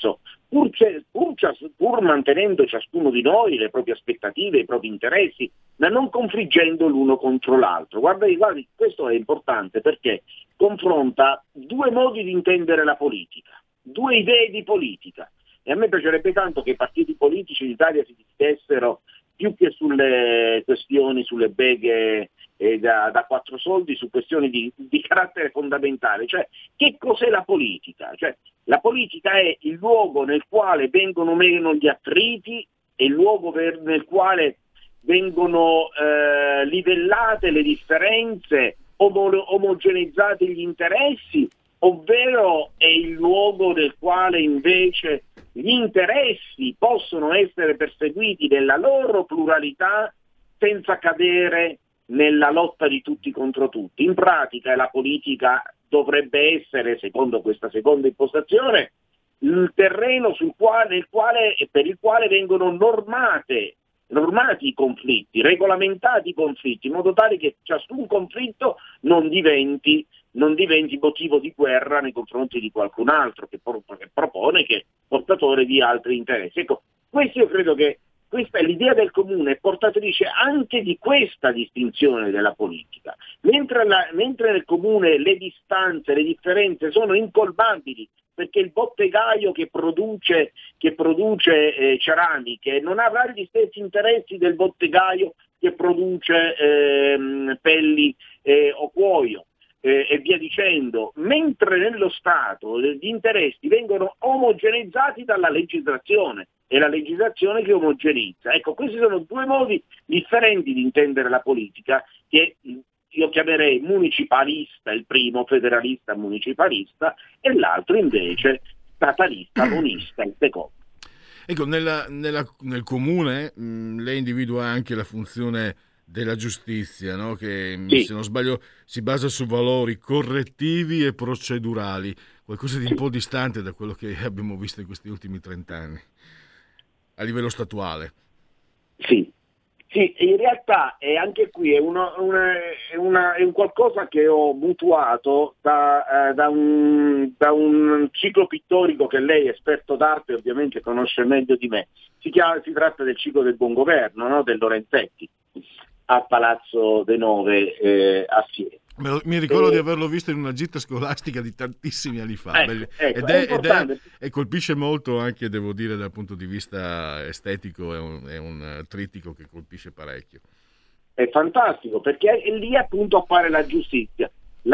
pur mantenendo ciascuno di noi le proprie aspettative, i propri interessi, ma non confliggendo l'uno contro l'altro. Guardi, questo è importante perché confronta due modi di intendere la politica, due idee di politica, e a me piacerebbe tanto che i partiti politici in Italia si dividessero più che sulle questioni, sulle beghe da 4 soldi, su questioni di carattere fondamentale, cioè che cos'è la politica? Cioè, la politica è il luogo nel quale vengono meno gli attriti, è il luogo nel quale vengono livellate le differenze, omogeneizzati gli interessi, ovvero è il luogo nel quale invece gli interessi possono essere perseguiti nella loro pluralità senza cadere nella lotta di tutti contro tutti. In pratica la politica dovrebbe essere, secondo questa seconda impostazione, il terreno per il quale vengono normati i conflitti, regolamentati i conflitti, in modo tale che ciascun conflitto non diventi motivo di guerra nei confronti di qualcun altro che propone, che è portatore di altri interessi. Ecco, questo io credo che questa è l'idea del comune, è portatrice anche di questa distinzione della politica. Mentre nel comune le distanze, le differenze sono incolmabili, perché il bottegaio che produce ceramiche non avrà gli stessi interessi del bottegaio che produce pelli o cuoio. E via dicendo, mentre nello Stato gli interessi vengono omogeneizzati dalla legislazione, è la legislazione che omogeneizza. Ecco, questi sono due modi differenti di intendere la politica, che io chiamerei municipalista, il primo, federalista municipalista, e l'altro invece statalista monista, il secondo. Ecco, nel comune lei individua anche la funzione della giustizia, no? Che sì, se non sbaglio si basa su valori correttivi e procedurali, qualcosa di un po' distante da quello che abbiamo visto in questi ultimi 30 anni a livello statuale. Sì, in realtà è anche qui è un qualcosa che ho mutuato da un ciclo pittorico che lei, esperto d'arte, ovviamente conosce meglio di me. Si tratta del ciclo del buon governo, no? Del Lorenzetti, a Palazzo De Nove a Siena. Mi ricordo di averlo visto in una gita scolastica di tantissimi anni fa, e colpisce molto anche, devo dire, dal punto di vista estetico, è un trittico che colpisce parecchio. È fantastico, perché lì appunto appare la giustizia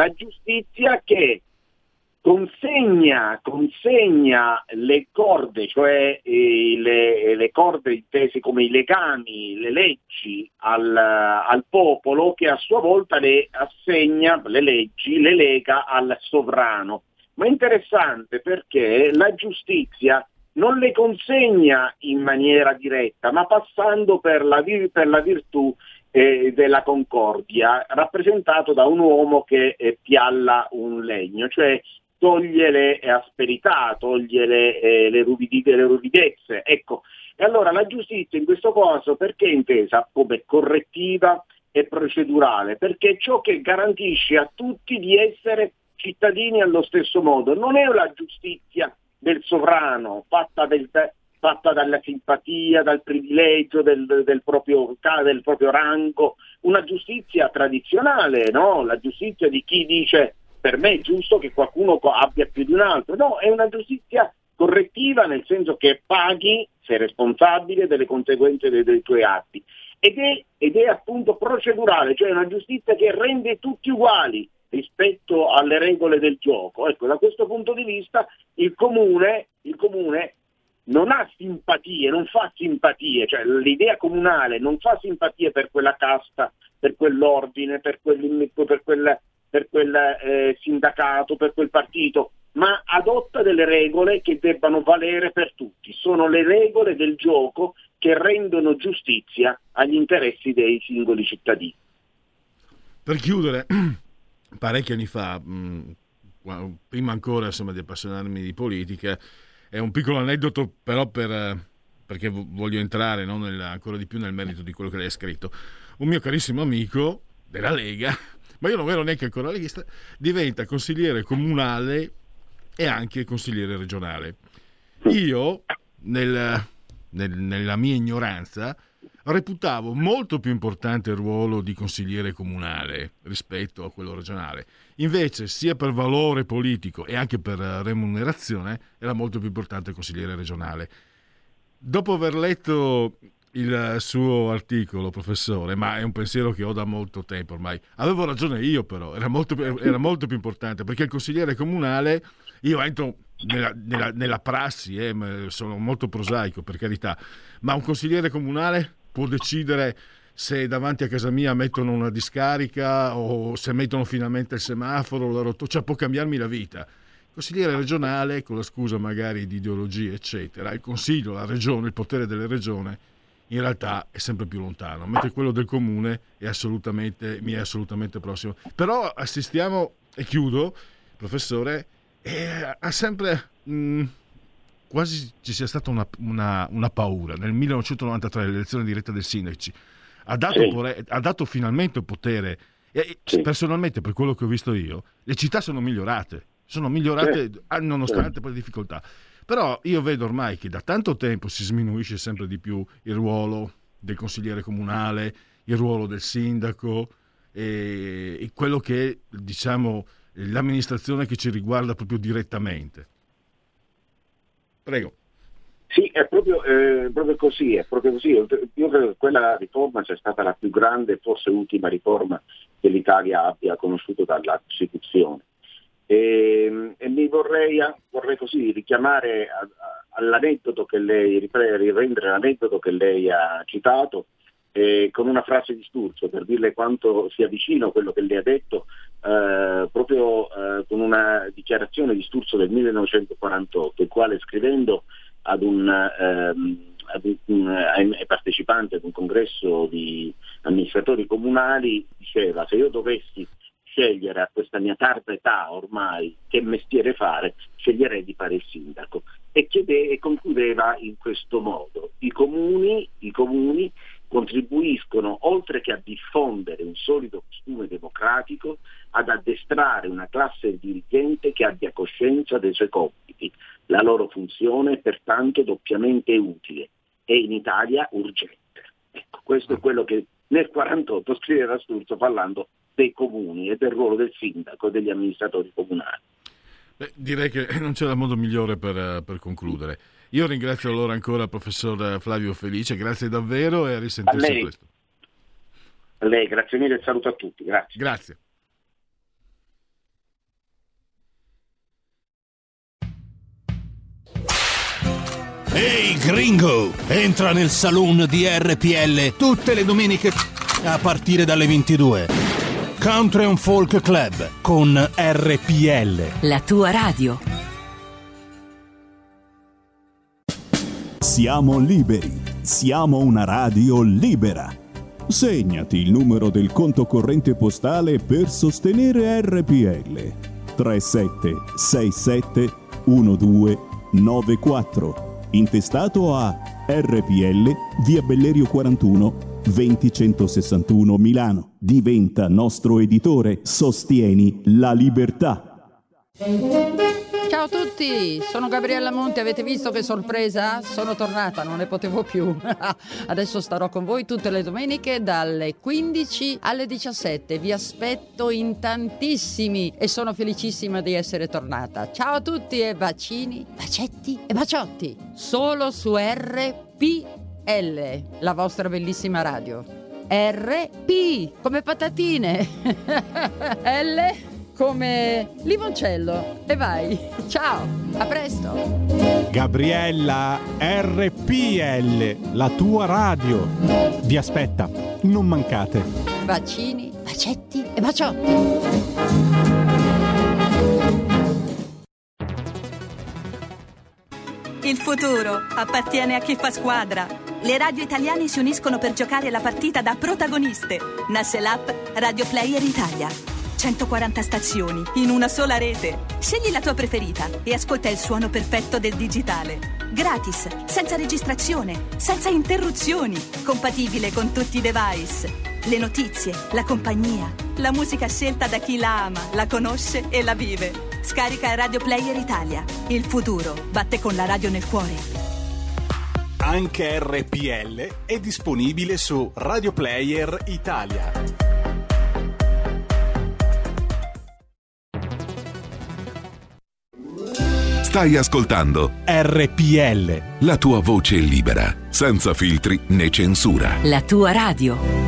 che consegna le corde, cioè le corde intese come i legami, le leggi al popolo, che a sua volta le assegna, le leggi, le lega al sovrano. Ma è interessante perché la giustizia non le consegna in maniera diretta, ma passando per la virtù della concordia, rappresentato da un uomo che pialla un legno, cioè toglie le asperità, toglie le ruvidezze. Ecco, e allora la giustizia in questo caso perché è intesa come correttiva e procedurale? Perché è ciò che garantisce a tutti di essere cittadini allo stesso modo. Non è la giustizia del sovrano, fatta dalla simpatia, dal privilegio del proprio rango, una giustizia tradizionale, no? La giustizia di chi dice: per me è giusto che qualcuno abbia più di un altro. No, è una giustizia correttiva, nel senso che paghi, sei responsabile delle conseguenze dei tuoi atti. Ed è appunto procedurale, cioè una giustizia che rende tutti uguali rispetto alle regole del gioco. Ecco, da questo punto di vista il comune non ha simpatie, non fa simpatie, cioè l'idea comunale non fa simpatie per quella casta, per quell'ordine, per quel sindacato, per quel partito, ma adotta delle regole che debbano valere per tutti. Sono le regole del gioco che rendono giustizia agli interessi dei singoli cittadini. Per chiudere, parecchi anni fa, prima ancora di appassionarmi di politica, è un piccolo aneddoto però perché voglio entrare ancora di più nel merito di quello che lei ha scritto. Un mio carissimo amico della Lega, ma io non ero neanche ancora leghista, diventa consigliere comunale e anche consigliere regionale. Io, nella mia ignoranza, reputavo molto più importante il ruolo di consigliere comunale rispetto a quello regionale. Invece, sia per valore politico e anche per remunerazione, era molto più importante il consigliere regionale. Dopo aver letto il suo articolo, professore, ma è un pensiero che ho da molto tempo ormai, avevo ragione io, però era molto più importante, perché il consigliere comunale, io entro nella prassi, sono molto prosaico, per carità, ma un consigliere comunale può decidere se davanti a casa mia mettono una discarica o se mettono finalmente il semaforo, cioè può cambiarmi la vita. Il consigliere regionale, con la scusa magari di ideologie eccetera, il consiglio, la regione, il potere delle regioni in realtà è sempre più lontano, mentre quello del comune mi è assolutamente prossimo. Però assistiamo, e chiudo, professore, ha sempre quasi ci sia stata una paura. Nel 1993 l'elezione diretta dei sindaci ha dato finalmente potere, e personalmente, per quello che ho visto io, le città sono migliorate nonostante poi le difficoltà. Però io vedo ormai che da tanto tempo si sminuisce sempre di più il ruolo del consigliere comunale, il ruolo del sindaco e quello che è, diciamo, l'amministrazione che ci riguarda proprio direttamente. Prego. Sì, è proprio così, è proprio così. Io credo che quella riforma sia stata la più grande, forse ultima riforma che l'Italia abbia conosciuto dalla Costituzione. E mi vorrei così richiamare all'aneddoto che lei, riprendere l'aneddoto che lei ha citato, con una frase di Sturzo, per dirle quanto sia vicino a quello che lei ha detto, proprio con una dichiarazione di Sturzo del 1948, il quale, scrivendo ai partecipanti ad un congresso di amministratori comunali, diceva: se io dovessi scegliere a questa mia tarda età ormai che mestiere fare, sceglierei di fare il sindaco. E concludeva in questo modo: i comuni contribuiscono, oltre che a diffondere un solido costume democratico, ad addestrare una classe dirigente che abbia coscienza dei suoi compiti. La loro funzione è pertanto doppiamente utile e in Italia urgente. Ecco, questo è quello che nel 1948 scriveva Sturzo, parlando dei comuni e del ruolo del sindaco e degli amministratori comunali. Direi che non c'era modo migliore per concludere. Io ringrazio allora ancora il professor Flavio Felice, grazie davvero e a risentirsi presto. A lei, grazie mille e saluto a tutti, grazie. Ehi gringo, entra nel saloon di RPL tutte le domeniche a partire dalle 22. Country and Folk Club con RPL, la tua radio. Siamo liberi, siamo una radio libera. Segnati il numero del conto corrente postale per sostenere RPL: 3767 1294. Intestato a RPL, via Bellerio 41, 20161 Milano. Diventa nostro editore, sostieni la libertà. Ciao a tutti, sono Gabriella Monti, avete visto che sorpresa? Sono tornata, non ne potevo più. Adesso starò con voi tutte le domeniche dalle 15 alle 17. Vi aspetto in tantissimi e sono felicissima di essere tornata. Ciao a tutti e bacini, bacetti e baciotti. Solo su RPL, la vostra bellissima radio. RP, come patatine. L come limoncello. E vai, ciao, a presto. Gabriella, RPL, la tua radio. Vi aspetta, non mancate. Bacini, bacetti e baciotti. Il futuro appartiene a chi fa squadra. Le radio italiane si uniscono per giocare la partita da protagoniste. Nasce l'app Radio Player Italia. 140 stazioni in una sola rete. Scegli la tua preferita e ascolta il suono perfetto del digitale. Gratis, senza registrazione, senza interruzioni, compatibile con tutti i device. Le notizie, la compagnia, la musica scelta da chi la ama, la conosce e la vive. Scarica Radio Player Italia. Il futuro batte con la radio nel cuore. Anche RPL è disponibile su Radio Player Italia. Stai ascoltando RPL, la tua voce libera, senza filtri né censura. La tua radio.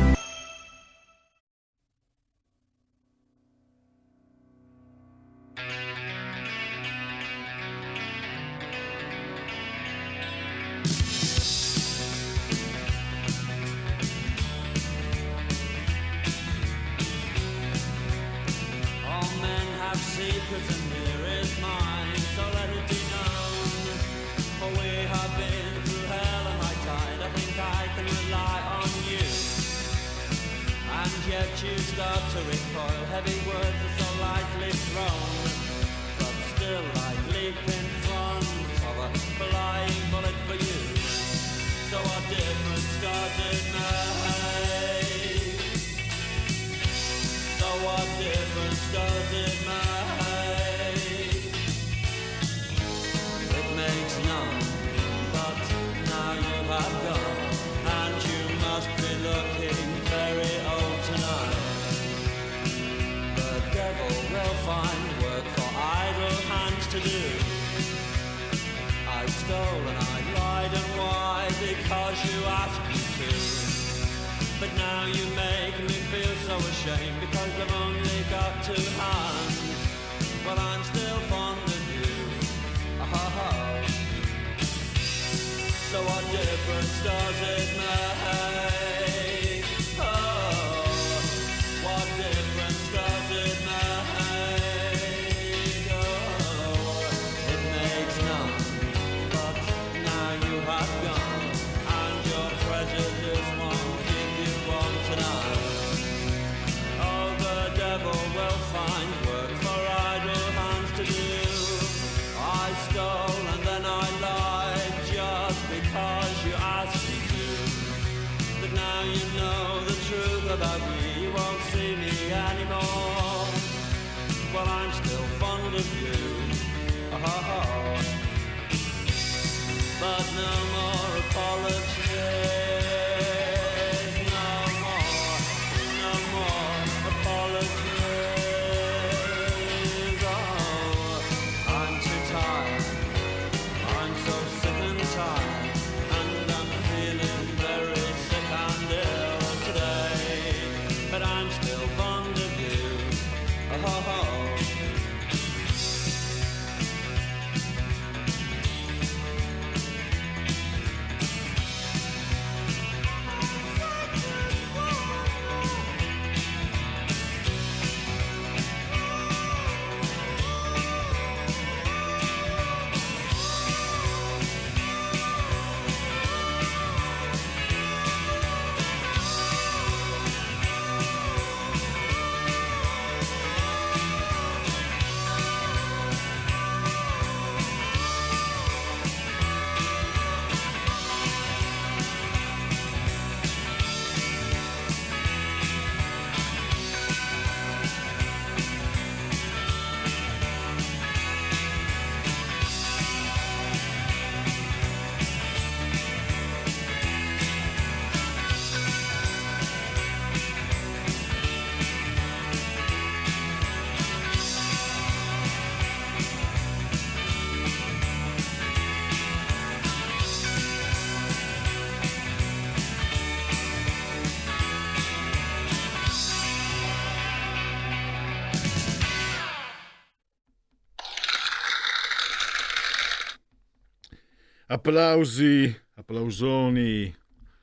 Applausoni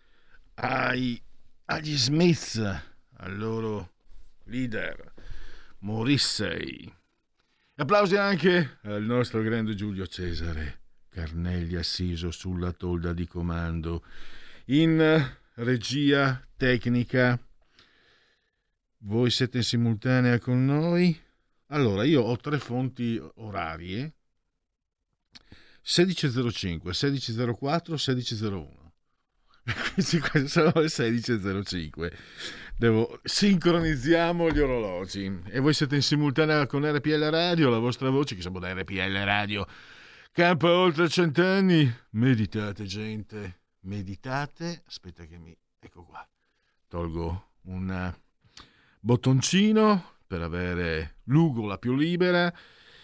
agli Smith, al loro leader Morrissey. Applausi anche al nostro grande Giulio Cesare Carnelli, assiso sulla tolda di comando in regia tecnica. Voi siete in simultanea con noi. Allora, io ho 3 fonti orarie: 16.05, 16.04, 16.01. Sono le 16.05. Sincronizziamo gli orologi e voi siete in simultanea con RPL Radio, la vostra voce, che siamo da RPL Radio, campa oltre 100 anni. Meditate, gente, meditate. Aspetta che ecco qua, tolgo un bottoncino per avere l'ugola più libera.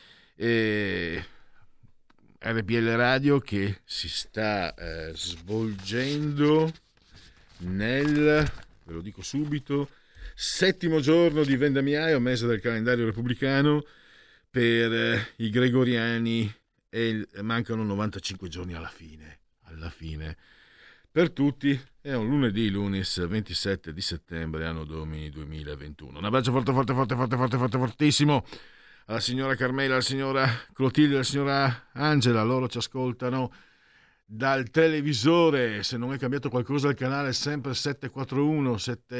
E RPL Radio che si sta svolgendo nel, ve lo dico subito, 7° giorno di vendemmiaio, mese del calendario repubblicano per i gregoriani, e mancano 95 giorni alla fine per tutti. È un lunedì, lunis 27 di settembre, anno domini 2021. Un abbraccio fortissimo alla signora Carmela, alla signora Clotilde, alla signora Angela. Loro ci ascoltano dal televisore. Se non è cambiato qualcosa al canale, è sempre 741,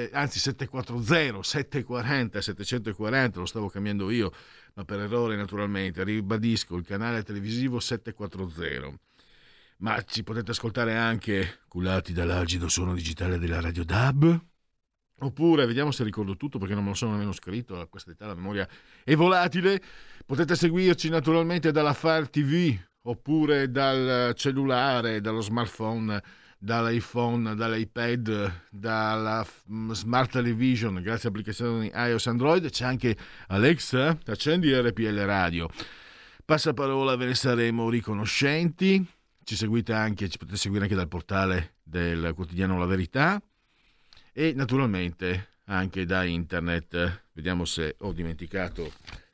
740, 740, lo stavo cambiando io, ma per errore naturalmente. Ribadisco, il canale televisivo 740. Ma ci potete ascoltare anche cullati dall'algido suono digitale della Radio DAB. Oppure, vediamo se ricordo tutto perché non me lo sono nemmeno scritto, a questa età la memoria è volatile. Potete seguirci naturalmente dalla Fire TV, oppure dal cellulare, dallo smartphone, dall'iPhone, dall'iPad, dalla Smart Television, grazie a applicazioni iOS e Android. C'è anche Alexa, accendi RPL Radio. Passaparola, ve ne saremo riconoscenti. Ci potete seguire anche dal portale del quotidiano La Verità. E naturalmente anche da internet. Vediamo se ho dimenticato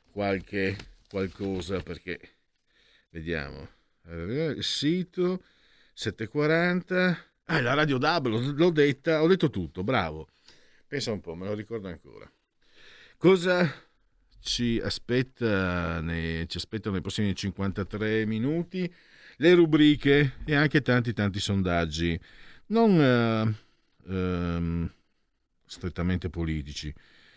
qualcosa, perché vediamo il sito 740, la Radio DAB, l'ho detta, ho detto tutto, bravo, pensa un po', me lo ricordo ancora. Cosa ci aspettano nei prossimi 53 minuti? Le rubriche e anche tanti sondaggi, non strettamente politici.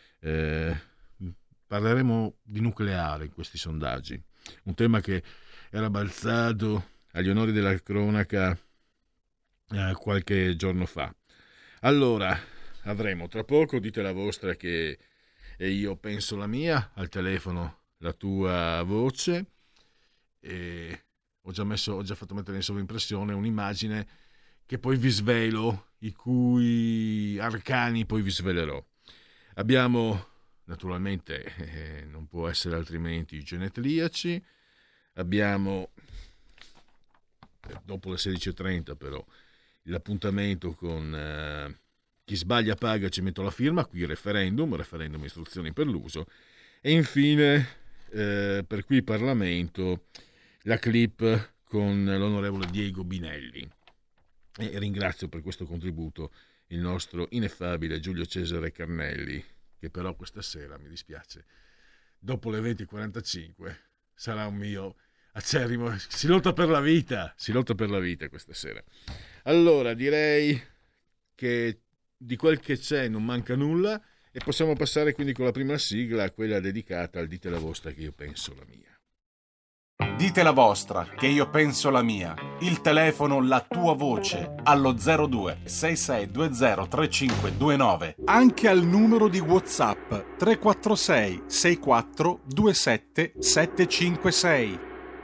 Parleremo di nucleare in questi sondaggi, un tema che era balzato agli onori della cronaca qualche giorno fa. Allora, avremo tra poco Dite la vostra, che e io penso la mia, al telefono la tua voce, e ho già fatto mettere in sovrimpressione un'immagine che poi vi svelo, i cui arcani poi vi svelerò. Abbiamo naturalmente, non può essere altrimenti, i genetriaci. Abbiamo, dopo le 16.30 però, l'appuntamento con chi sbaglia paga, ci metto la firma, qui referendum istruzioni per l'uso, e infine per qui Parlamento, la clip con l'onorevole Diego Binelli. E ringrazio per questo contributo il nostro ineffabile Giulio Cesare Carnelli, che però questa sera, mi dispiace, dopo le 20.45 sarà un mio acerrimo, si lotta per la vita questa sera. Allora direi che di quel che c'è non manca nulla, e possiamo passare quindi con la prima sigla, quella dedicata al Dite la vostra che io penso la mia. Dite la vostra, che io penso la mia. Il telefono, la tua voce, allo 02 6620 3529. Anche al numero di WhatsApp 346 64 27 756.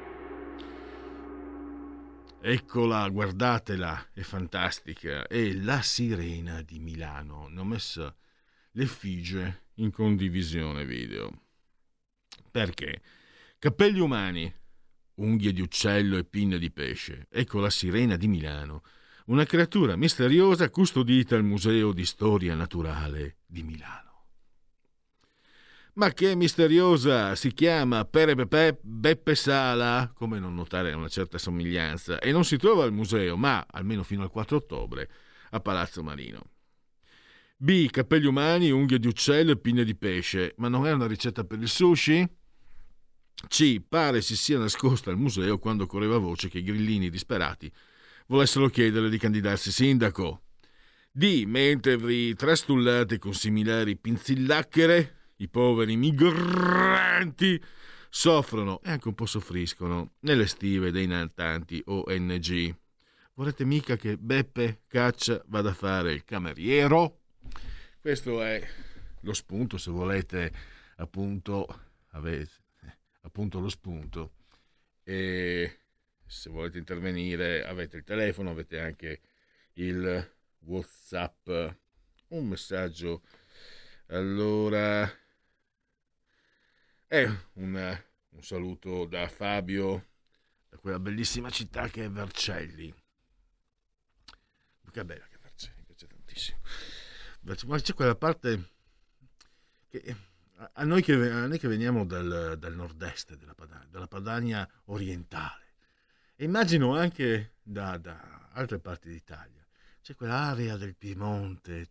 Eccola, guardatela, è fantastica. È La Sirena di Milano. Ne ho messo l'effigie in condivisione video. Perché? Capelli umani, unghie di uccello e pinne di pesce. Ecco la Sirena di Milano, una creatura misteriosa custodita al Museo di Storia Naturale di Milano. Ma che misteriosa! Si chiama Beppe Sala, come non notare una certa somiglianza, e non si trova al museo, ma, almeno fino al 4 ottobre, a Palazzo Marino. B. Capelli umani, unghie di uccello e pinne di pesce. Ma non è una ricetta per il sushi? C. Pare si sia nascosta al museo quando correva voce che i grillini disperati volessero chiedere di candidarsi sindaco. D. Mentre vi trastullate con similari pinzillacchere, i poveri migranti soffrono e anche un po' soffriscono nelle stive dei natanti ONG. Vorrete mica che Beppe Caccia vada a fare il cameriero? Questo è lo spunto, se volete, appunto, avete appunto lo spunto. E se volete intervenire avete il telefono, avete anche il WhatsApp, un messaggio. Allora, un saluto da Fabio, da quella bellissima città che è Vercelli. Che bella che Vercelli, mi piace tantissimo. Ma c'è quella parte che a noi che veniamo dal nord-est della Padania orientale, e immagino anche da altre parti d'Italia, c'è quell'area del Piemonte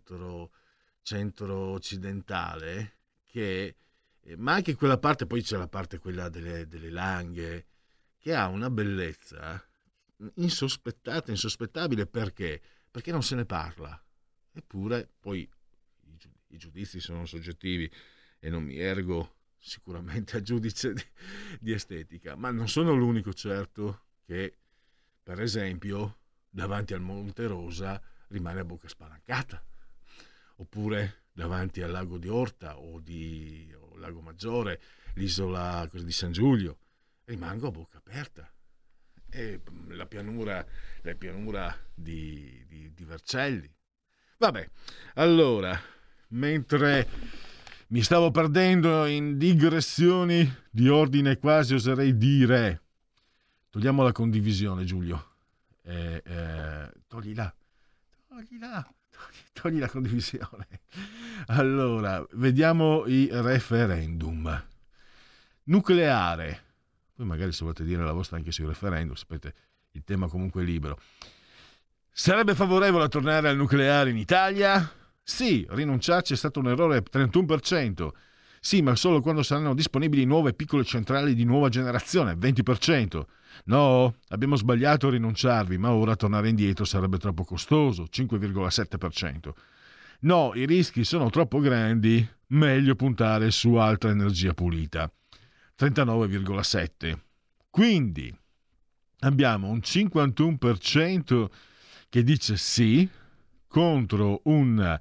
centro-occidentale che, ma anche quella parte, poi c'è la parte quella delle Langhe, che ha una bellezza insospettabile. Perché non se ne parla, eppure poi i giudizi sono soggettivi e non mi ergo sicuramente a giudice di estetica, ma non sono l'unico, certo, che per esempio davanti al Monte Rosa rimane a bocca spalancata, oppure davanti al lago di Orta o Lago Maggiore, l'isola di San Giulio, rimango a bocca aperta. E la pianura di Vercelli. Vabbè, allora, mentre mi stavo perdendo in digressioni di ordine quasi, oserei dire, togliamo la condivisione, Giulio, togli la condivisione. Allora, vediamo i referendum. Nucleare. Poi magari se volete dire la vostra anche sui referendum, sapete, il tema comunque è libero. Sarebbe favorevole a tornare al nucleare in Italia? Sì, rinunciarci è stato un errore, 31%. Sì, ma solo quando saranno disponibili nuove piccole centrali di nuova generazione, 20%. No, abbiamo sbagliato a rinunciarvi, ma ora tornare indietro sarebbe troppo costoso, 5,7%. No, i rischi sono troppo grandi, meglio puntare su altra energia pulita. 39,7%. Quindi abbiamo un 51% che dice sì contro un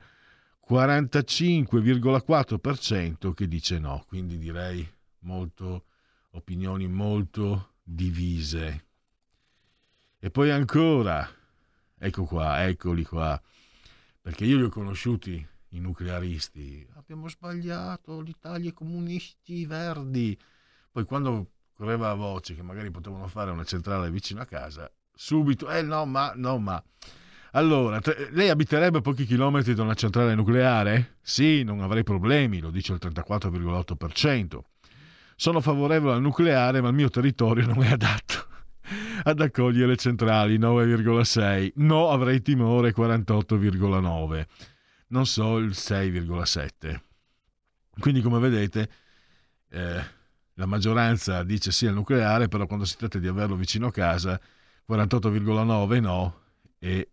45,4% che dice no. Quindi direi opinioni molto divise. E poi ancora, eccoli qua, perché io li ho conosciuti i nuclearisti. Abbiamo sbagliato, l'Italia, i comunisti, verdi. Poi quando correva a voce che magari potevano fare una centrale vicino a casa, subito, no ma. Allora, lei abiterebbe a pochi chilometri da una centrale nucleare? Sì, non avrei problemi, lo dice il 34,8%. Sono favorevole al nucleare, ma il mio territorio non è adatto ad accogliere le centrali, 9,6%. No, avrei timore, 48,9%. Non so, il 6,7%. Quindi, come vedete, la maggioranza dice sì al nucleare, però quando si tratta di averlo vicino a casa, 48,9% no e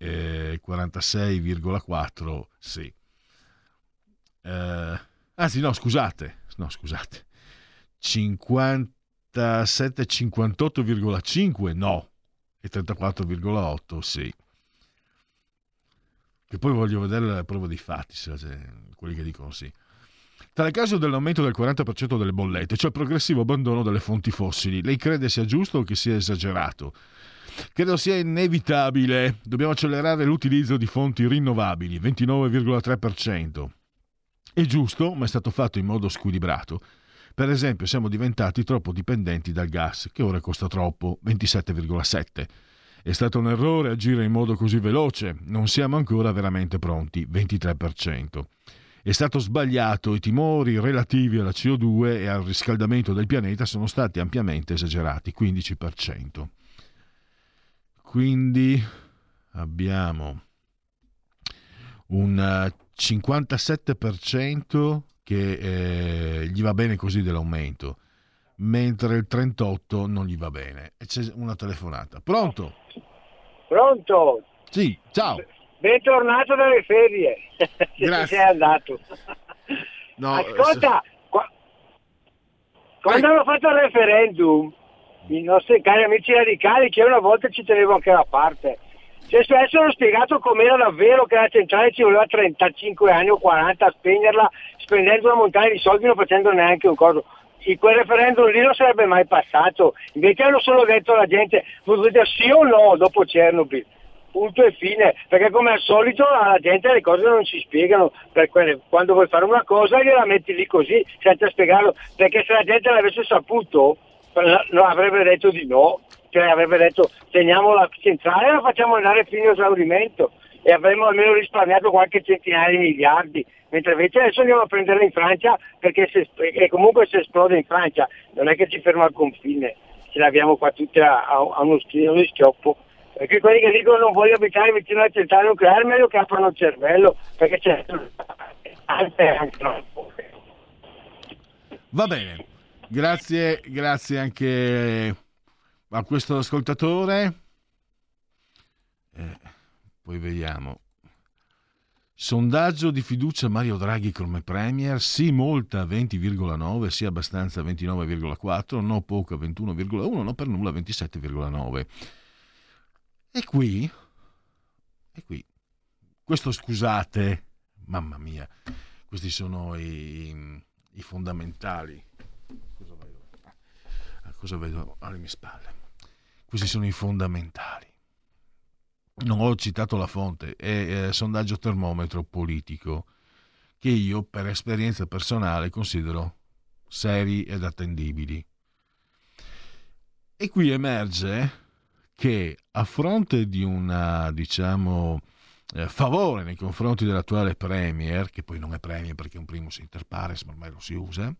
46,4% sì. Anzi, no, scusate. 58,5% no e 34,8% sì. Che poi voglio vedere la prova dei fatti, quelli che dicono sì. Tra il caso dell'aumento del 40% delle bollette, cioè il progressivo abbandono delle fonti fossili, lei crede sia giusto o che sia esagerato? Credo sia inevitabile. Dobbiamo accelerare l'utilizzo di fonti rinnovabili, 29,3%. È giusto, ma è stato fatto in modo squilibrato. Per esempio, siamo diventati troppo dipendenti dal gas, che ora costa troppo, 27,7%. È stato un errore agire in modo così veloce, non siamo ancora veramente pronti, 23%. È stato sbagliato, i timori relativi alla CO2 e al riscaldamento del pianeta sono stati ampiamente esagerati, 15%. Quindi abbiamo un 57% che gli va bene così dell'aumento, mentre il 38% non gli va bene. E c'è una telefonata. Pronto? Pronto? Sì, ciao. Bentornato dalle ferie. Grazie. Sei andato. No, ascolta, quando hanno fatto il referendum, i nostri cari amici radicali, che una volta ci tenevo anche da parte, Se avessero spiegato com'era davvero, che la centrale ci voleva 35 anni o 40 a spegnerla, spendendo una montagna di soldi, non facendo neanche un coso. Quel referendum lì non sarebbe mai passato. Invece hanno solo detto alla gente, volete sì o no dopo Chernobyl. Punto e fine, perché come al solito alla gente le cose non si spiegano, quando vuoi fare una cosa gliela metti lì così senza spiegarlo, perché se la gente l'avesse saputo non avrebbe detto di no, cioè avrebbe detto teniamo la centrale e la facciamo andare fino a esaurimento e avremmo almeno risparmiato qualche centinaia di miliardi, mentre invece adesso andiamo a prenderla in Francia perché e comunque se esplode in Francia non è che ci ferma al confine, ce l'abbiamo qua tutte a uno schioppo. Perché quelli che dicono non voglio abitare vicino alla centrale nucleare, meglio che aprono il cervello, perché c'è anche no. Va bene, grazie anche a questo ascoltatore. Poi vediamo. Sondaggio di fiducia Mario Draghi come Premier, sì molta 20,9, sì abbastanza 29,4, no poca 21,1, no per nulla 27,9. E qui, questo scusate, mamma mia, questi sono i fondamentali. Cosa vedo alle mie spalle? Questi sono i fondamentali. Non ho citato la fonte, è sondaggio termometro politico, che io per esperienza personale considero seri ed attendibili. E qui emerge che a fronte di una, favore nei confronti dell'attuale Premier, che poi non è Premier perché è un primus inter pares, ma ormai lo si usa,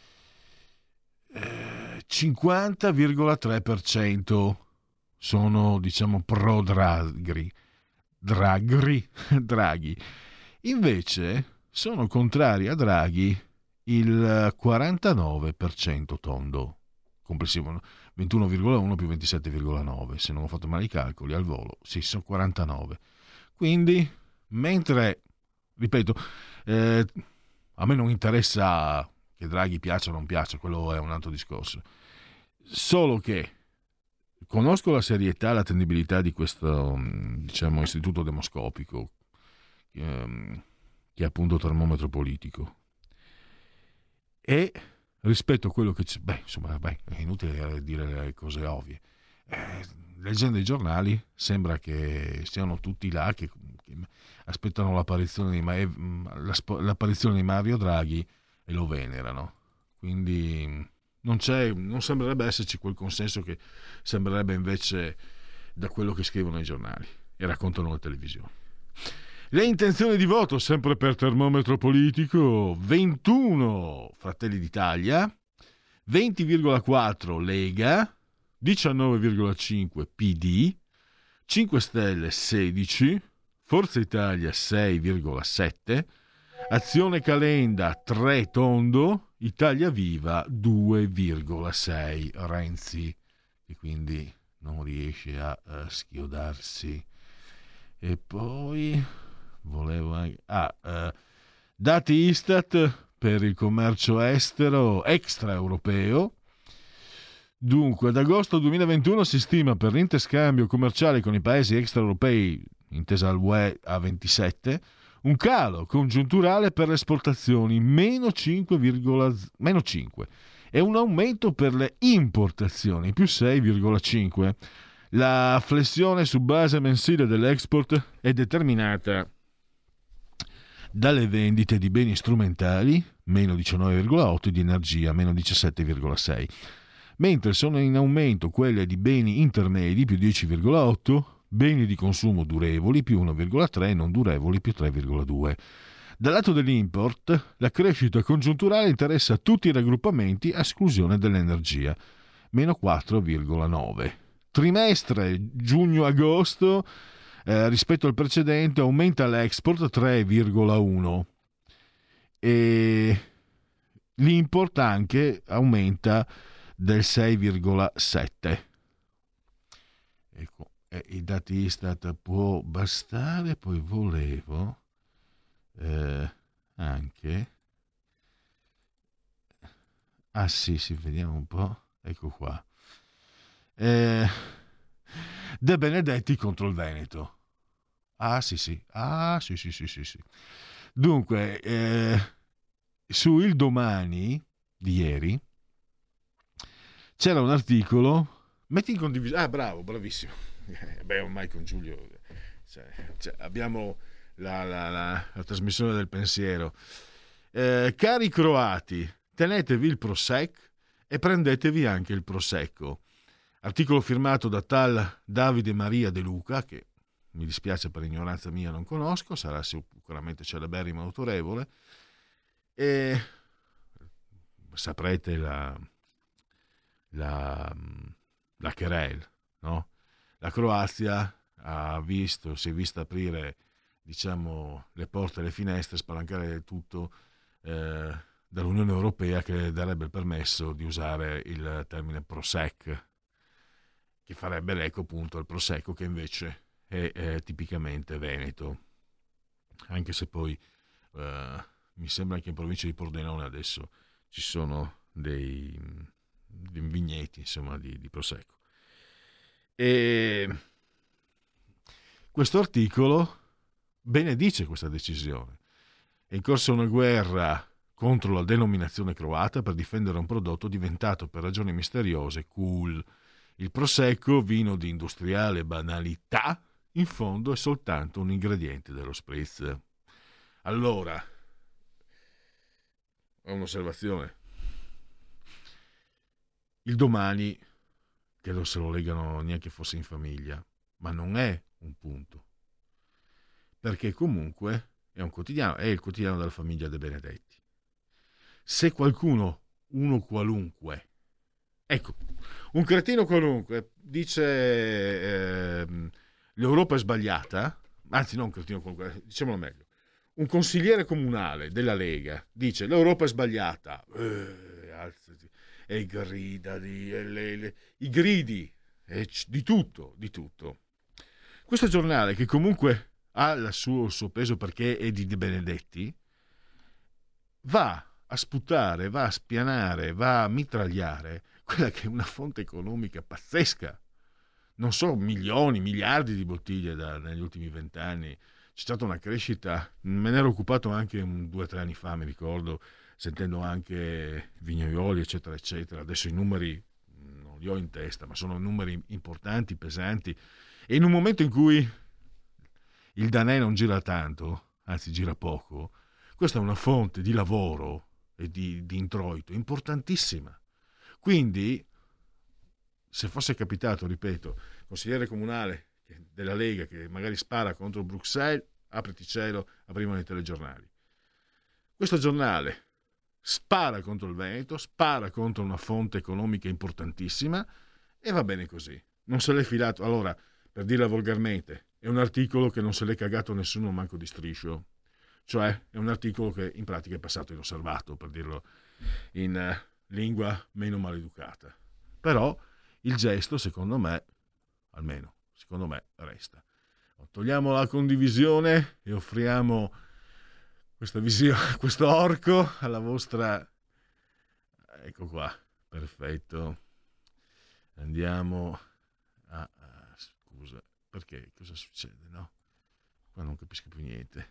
50,3% sono, pro Draghi. Invece sono contrari a Draghi il 49% tondo, complessivo 21,1 più 27,9, se non ho fatto male i calcoli al volo, sì, sono 49. Quindi, mentre, ripeto, a me non interessa che Draghi piaccia o non piaccia, quello è un altro discorso, solo che conosco la serietà e l'attendibilità di questo, istituto demoscopico, che è appunto termometro politico, e rispetto a quello che c'è, è inutile dire le cose ovvie. Leggendo i giornali sembra che siano tutti là che aspettano l'apparizione di Mario Draghi e lo venerano. Quindi non sembrerebbe esserci quel consenso che sembrerebbe invece da quello che scrivono i giornali e raccontano le televisioni. Le intenzioni di voto sempre per termometro politico: 21 Fratelli d'Italia, 20,4 Lega, 19,5 PD, 5 Stelle 16, Forza Italia 6,7, Azione Calenda 3 tondo, Italia Viva 2,6 Renzi, che quindi non riesce a schiodarsi. E poi dati Istat per il commercio estero extraeuropeo. Dunque, ad agosto 2021 si stima per l'interscambio commerciale con i paesi extraeuropei, intesa all'UE a 27, un calo congiunturale per le esportazioni meno 5 e un aumento per le importazioni più 6,5. La flessione su base mensile dell'export è determinata dalle vendite di beni strumentali meno 19,8 e di energia meno 17,6, mentre sono in aumento quelle di beni intermedi più 10,8, beni di consumo durevoli più 1,3 e non durevoli più 3,2. Dal lato dell'import, la crescita congiunturale interessa tutti i raggruppamenti a esclusione dell'energia, meno 4,9. Trimestre giugno-agosto, rispetto al precedente, aumenta l'export 3,1 e l'import anche aumenta del 6,7. Ecco, i dati Istat può bastare. Poi volevo anche sì, vediamo un po', ecco qua. De Benedetti contro il Veneto. Sì. Dunque, su Il Domani di ieri c'era un articolo. Metti in condivisione. Bravo, bravissimo. Ormai con Giulio abbiamo la trasmissione del pensiero. Cari croati, tenetevi il Prosec e prendetevi anche il Prosecco. Articolo firmato da tal Davide Maria De Luca, che mi dispiace per ignoranza mia non conosco, sarà sicuramente celeberrimo e autorevole, e saprete la querel, no? La Croazia si è vista aprire, diciamo, le porte e le finestre, spalancare tutto dall'Unione Europea, che darebbe il permesso di usare il termine Prosec, che farebbe l'eco appunto al Prosecco, che invece è tipicamente veneto, anche se poi mi sembra che in provincia di Pordenone adesso ci sono dei vigneti, insomma, di Prosecco. E questo articolo benedice questa decisione. È in corso una guerra contro la denominazione croata per difendere un prodotto diventato per ragioni misteriose cool. Il Prosecco, vino di industriale banalità, in fondo è soltanto un ingrediente dello spritz. Allora, ho un'osservazione. Il Domani, che non se lo legano neanche fosse in famiglia, ma non è un punto, perché comunque è un quotidiano, è il quotidiano della famiglia De Benedetti. Se qualcuno, uno qualunque, ecco, un cretino qualunque dice l'Europa è sbagliata, anzi non un cretino qualunque, diciamolo meglio, un consigliere comunale della Lega dice l'Europa è sbagliata, alzati, e grida i gridi di tutto. Questo giornale, che comunque ha il suo peso perché è di De Benedetti, va a sputare, va a spianare, va a mitragliare quella che è una fonte economica pazzesca. Non so, milioni, miliardi di bottiglie negli ultimi 20 anni. C'è stata una crescita, me ne ero occupato anche 2 o 3 anni fa, mi ricordo, sentendo anche vignaioli, eccetera, eccetera. Adesso i numeri non li ho in testa, ma sono numeri importanti, pesanti. E in un momento in cui il danè non gira tanto, anzi gira poco, questa è una fonte di lavoro e di introito importantissima. Quindi, se fosse capitato, ripeto, consigliere comunale della Lega che magari spara contro Bruxelles, apriti cielo, aprivano i telegiornali. Questo giornale spara contro il Veneto, spara contro una fonte economica importantissima, e va bene così. Non se l'è filato. Allora, per dirla volgarmente, è un articolo che non se l'è cagato nessuno, manco di striscio. Cioè, è un articolo che in pratica è passato inosservato, per dirlo in lingua meno maleducata. Però il gesto, secondo me, almeno secondo me, resta. Togliamo la condivisione e offriamo questa visione, questo orco alla vostra. Ecco qua, perfetto. Andiamo a scusa, perché cosa succede, no? Qua non capisco più niente.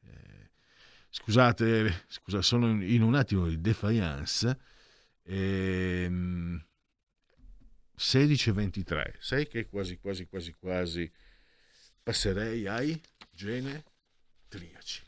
Scusate, sono in un attimo di defiance. 16:23, sai che quasi passerei ai genetriaci.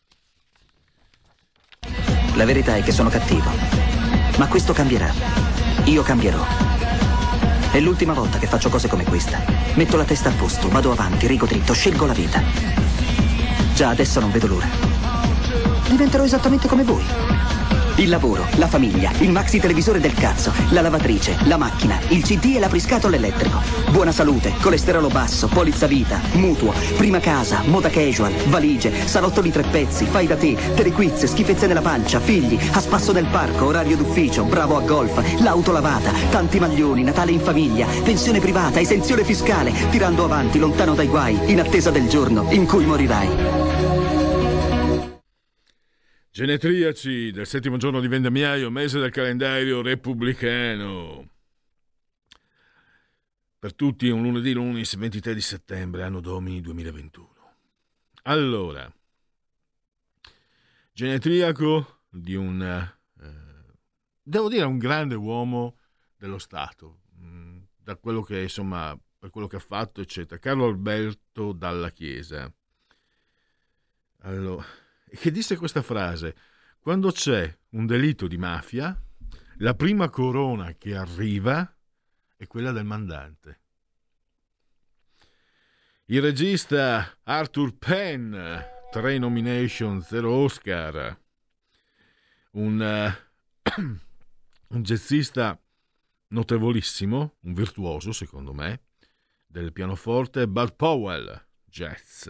La verità è che sono cattivo, ma questo cambierà. Io cambierò. È l'ultima volta che faccio cose come questa. Metto la testa a posto, vado avanti, rigo dritto, scelgo la vita. Già adesso non vedo l'ora. Diventerò esattamente come voi. Il lavoro, la famiglia, il maxi televisore del cazzo, la lavatrice, la macchina, il CD e l'apriscatole elettrico. Buona salute, colesterolo basso, polizza vita, mutuo, prima casa, moda casual, valigie, salottoli 3 pezzi, fai da te, telequiz, schifezze nella pancia, figli, a spasso del parco, orario d'ufficio, bravo a golf, l'auto lavata, tanti maglioni, Natale in famiglia, pensione privata, esenzione fiscale, tirando avanti, lontano dai guai, in attesa del giorno in cui morirai. Genetriaci del 7° giorno di vendemmiaio, mese del calendario repubblicano. per tutti è un lunedì 23 di settembre, anno domini 2021. Allora, genetriaco di devo dire un grande uomo dello Stato, da quello che insomma, per quello che ha fatto, eccetera, Carlo Alberto Dalla Chiesa. Allora, che disse questa frase: quando c'è un delitto di mafia, la prima corona che arriva è quella del mandante. Il regista Arthur Penn, 3 nomination, 0 Oscar. Un jazzista notevolissimo, un virtuoso secondo me, del pianoforte, Bud Powell, jazz.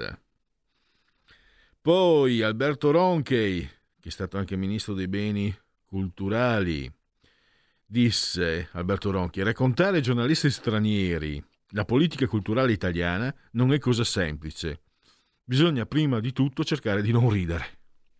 Poi Alberto Ronchi, che è stato anche ministro dei beni culturali, disse Alberto Ronchi: raccontare ai giornalisti stranieri la politica culturale italiana non è cosa semplice. Bisogna prima di tutto cercare di non ridere.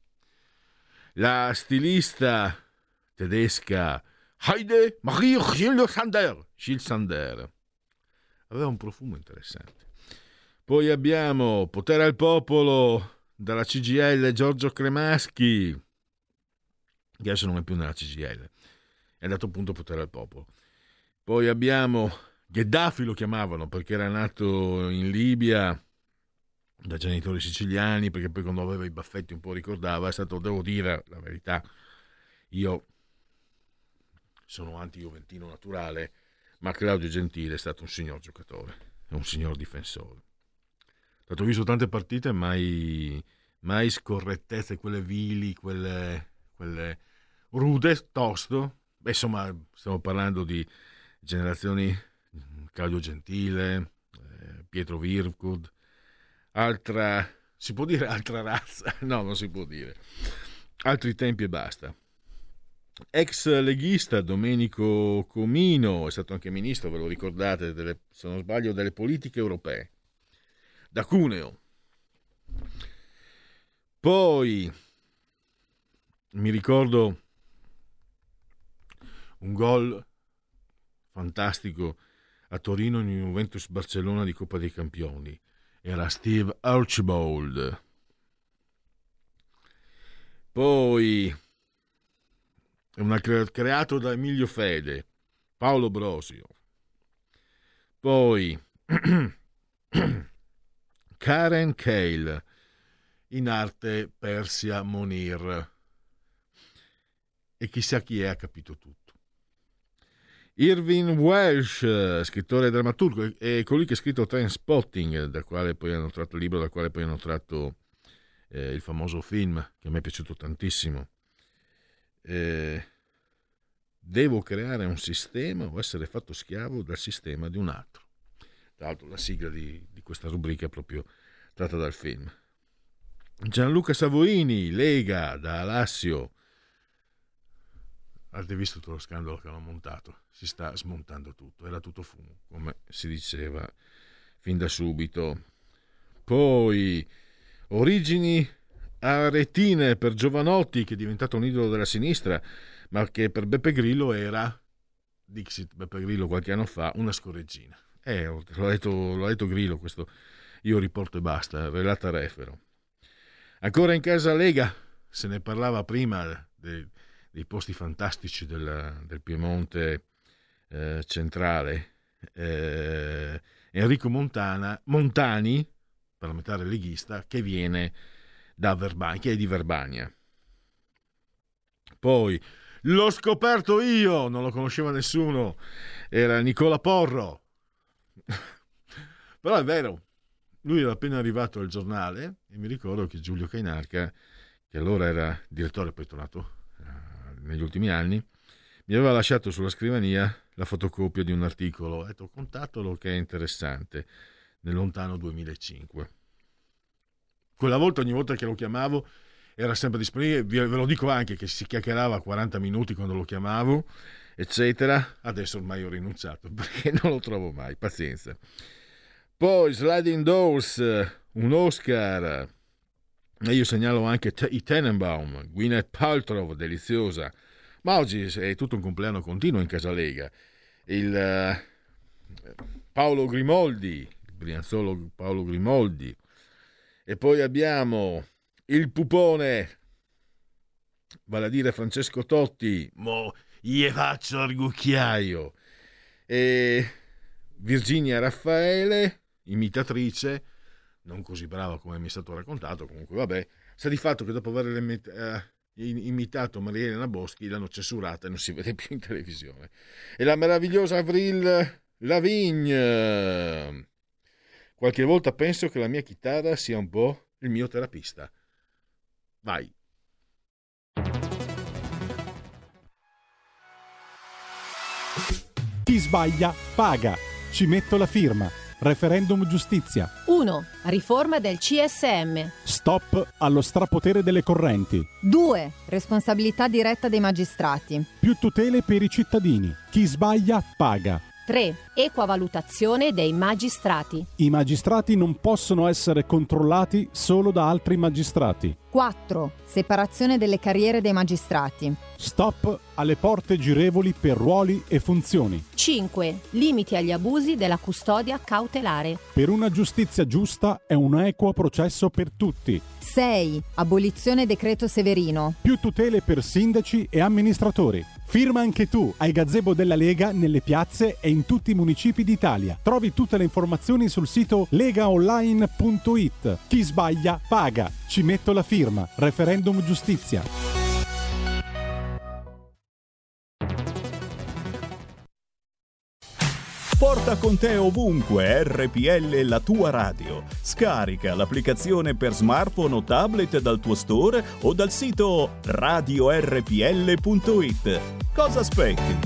La stilista tedesca Heide Marie Schilsander aveva un profumo interessante. Poi abbiamo Potere al Popolo dalla CGIL, Giorgio Cremaschi, che adesso non è più nella CGIL, è andato appunto a Potere al Popolo. Poi abbiamo Gheddafi, lo chiamavano perché era nato in Libia da genitori siciliani, perché poi quando aveva i baffetti un po' ricordava. È stato, devo dire la verità, io sono anti-juventino naturale, ma Claudio Gentile è stato un signor giocatore, un signor difensore. È stato visto tante partite, mai scorrettezze, quelle vili, quelle rude, tosto. Beh, insomma, stiamo parlando di generazioni Claudio Gentile, Pietro Virkud, si può dire altra razza? No, non si può dire. Altri tempi e basta. Ex leghista Domenico Comino è stato anche ministro, ve lo ricordate, se non sbaglio, delle politiche europee, da Cuneo. Poi mi ricordo un gol fantastico a Torino in Juventus Barcellona di Coppa dei Campioni. Era Steve Archibald. Poi creato da Emilio Fede, Paolo Brosio. Poi Karen Cale, in arte Persia Monir, e chissà chi è, ha capito tutto. Irving Welsh, scrittore e drammaturgo, è colui che ha scritto Trainspotting, dal quale poi hanno tratto il libro, dal quale poi hanno tratto il famoso film, che a me è piaciuto tantissimo. Devo creare un sistema o essere fatto schiavo dal sistema di un altro. Tra l'altro la sigla di questa rubrica è proprio tratta dal film. Gianluca Savoini, Lega, da Alassio. Avete visto tutto lo scandalo che hanno montato? Si sta smontando tutto, era tutto fumo, come si diceva fin da subito. Poi origini aretine per Giovanotti, che è diventato un idolo della sinistra, ma che per Beppe Grillo era, dixit Beppe Grillo qualche anno fa, una scorreggina. L'ho detto Grillo, questo io riporto e basta, relata refero. Ancora in casa Lega, se ne parlava prima dei posti fantastici del Piemonte centrale. Enrico Montani, parlamentare leghista, che viene da Verbania, che è di Verbania. Poi l'ho scoperto io, non lo conosceva nessuno, era Nicola Porro. Però è vero, lui era appena arrivato al giornale e mi ricordo che Giulio Cainarca, che allora era direttore, poi tornato negli ultimi anni, mi aveva lasciato sulla scrivania la fotocopia di un articolo. Ho detto: contatalo che è interessante, nel lontano 2005. Quella volta, ogni volta che lo chiamavo, era sempre disponibile. Ve lo dico anche che si chiacchierava 40 minuti quando lo chiamavo, eccetera. Adesso ormai ho rinunciato perché non lo trovo mai, pazienza. Poi Sliding Doors, un Oscar. E io segnalo anche i Tenenbaum, Gwyneth Paltrow, deliziosa. Ma oggi è tutto un compleanno continuo in casa Lega. Il Paolo Grimoldi, il brianzolo Paolo Grimoldi, e poi abbiamo il pupone, vale a dire Francesco Totti, mo gli faccio il cucchiaio, e Virginia Raffaele, imitatrice, non così brava come mi è stato raccontato, comunque vabbè, sta di fatto che dopo aver imitato Maria Elena Boschi l'hanno censurata e non si vede più in televisione. E la meravigliosa Avril Lavigne, qualche volta penso che la mia chitarra sia un po' il mio terapista. Vai. Chi sbaglia paga. Ci metto la firma. Referendum giustizia. 1. Riforma del CSM. Stop allo strapotere delle correnti. 2. Responsabilità diretta dei magistrati. Più tutele per i cittadini. Chi sbaglia paga. 3. Equa valutazione dei magistrati. I magistrati non possono essere controllati solo da altri magistrati. 4. Separazione delle carriere dei magistrati. Stop alle porte girevoli per ruoli e funzioni. 5. Limiti agli abusi della custodia cautelare. Per una giustizia giusta e un equo processo per tutti. 6. Abolizione decreto Severino. Più tutele per sindaci e amministratori. Firma anche tu ai gazebo della Lega nelle piazze e in tutti i municipi d'Italia. Trovi tutte le informazioni sul sito legaonline.it. Chi sbaglia paga. Ci metto la firma. Referendum giustizia. Porta con te ovunque RPL, la tua radio. Scarica l'applicazione per smartphone o tablet dal tuo store o dal sito radiorpl.it. Cosa aspetti?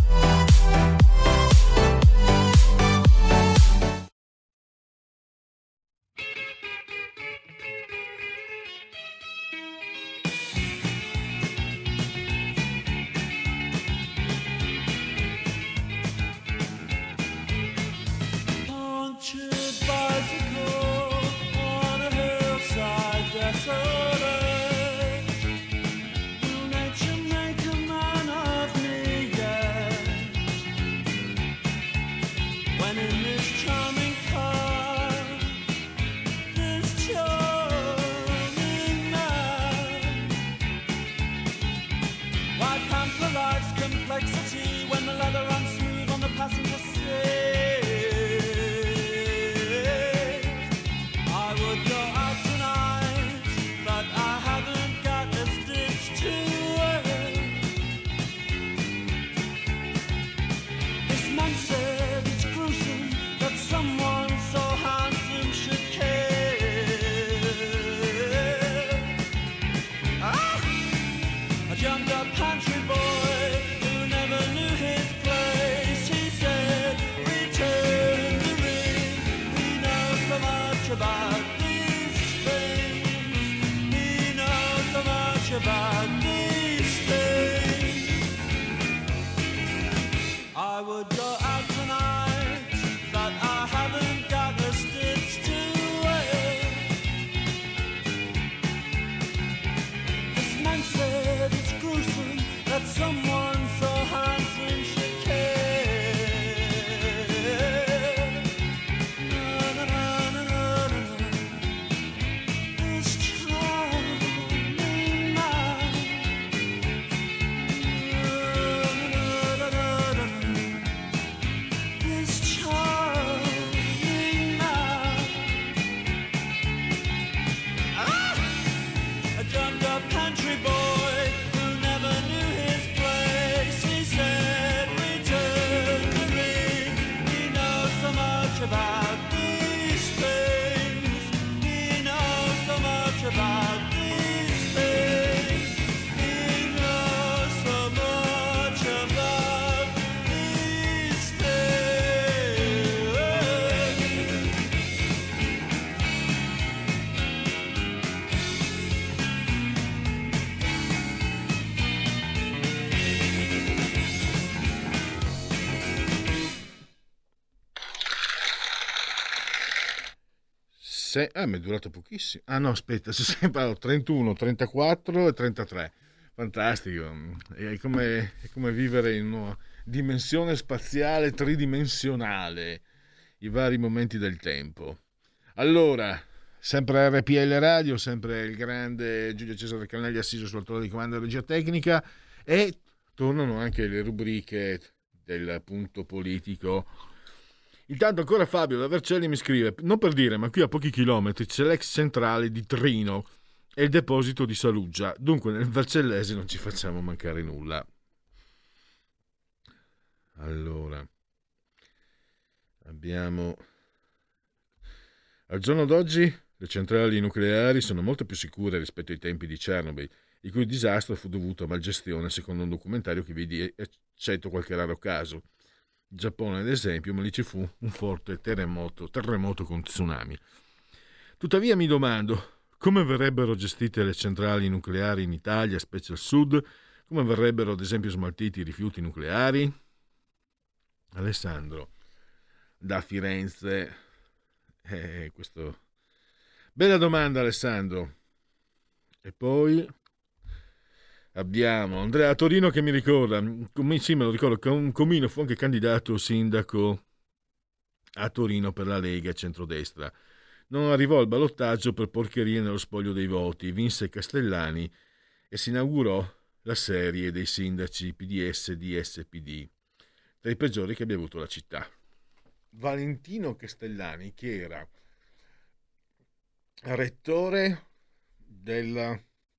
Mi è durato pochissimo. Ah no, aspetta, c'è sempre 31, 34 e 33. Fantastico. È come vivere in una dimensione spaziale tridimensionale. i vari momenti del tempo. Allora, sempre RPL Radio, sempre il grande Giulio Cesare Carnelli assiso sulla torre di comando e regia tecnica, e tornano anche le rubriche del punto politico. Intanto ancora Fabio da Vercelli mi scrive: non per dire, ma qui a pochi chilometri c'è l'ex centrale di Trino e il deposito di Saluggia, dunque nel Vercellese non ci facciamo mancare nulla. Allora, abbiamo al giorno d'oggi le centrali nucleari sono molto più sicure rispetto ai tempi di Chernobyl, il cui disastro fu dovuto a malgestione, secondo un documentario che vidi, eccetto qualche raro caso. Il Giappone, ad esempio, ma lì ci fu un forte terremoto con tsunami. Tuttavia mi domando come verrebbero gestite le centrali nucleari in Italia, specie al sud, come verrebbero ad esempio smaltiti i rifiuti nucleari. Alessandro da Firenze, questo... Bella domanda, Alessandro. E poi abbiamo Andrea a Torino che mi ricorda, sì, me lo ricordo, che un Comino fu anche candidato sindaco a Torino per la Lega centrodestra. Non arrivò al ballottaggio per porcherie nello spoglio dei voti, vinse Castellani e si inaugurò la serie dei sindaci PDS, DS, PD, tra i peggiori che abbia avuto la città. Valentino Castellani, che era rettore del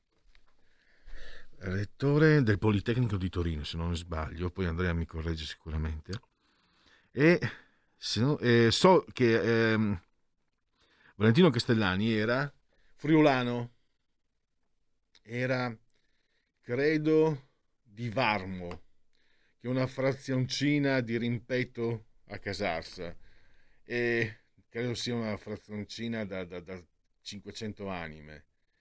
Politecnico di Torino, se non sbaglio, poi Andrea mi corregge sicuramente, e so che Valentino Castellani era friulano, era credo di Varmo, che è una frazioncina di Rimpetto a Casarsa, e credo sia una frazioncina da 500 anime.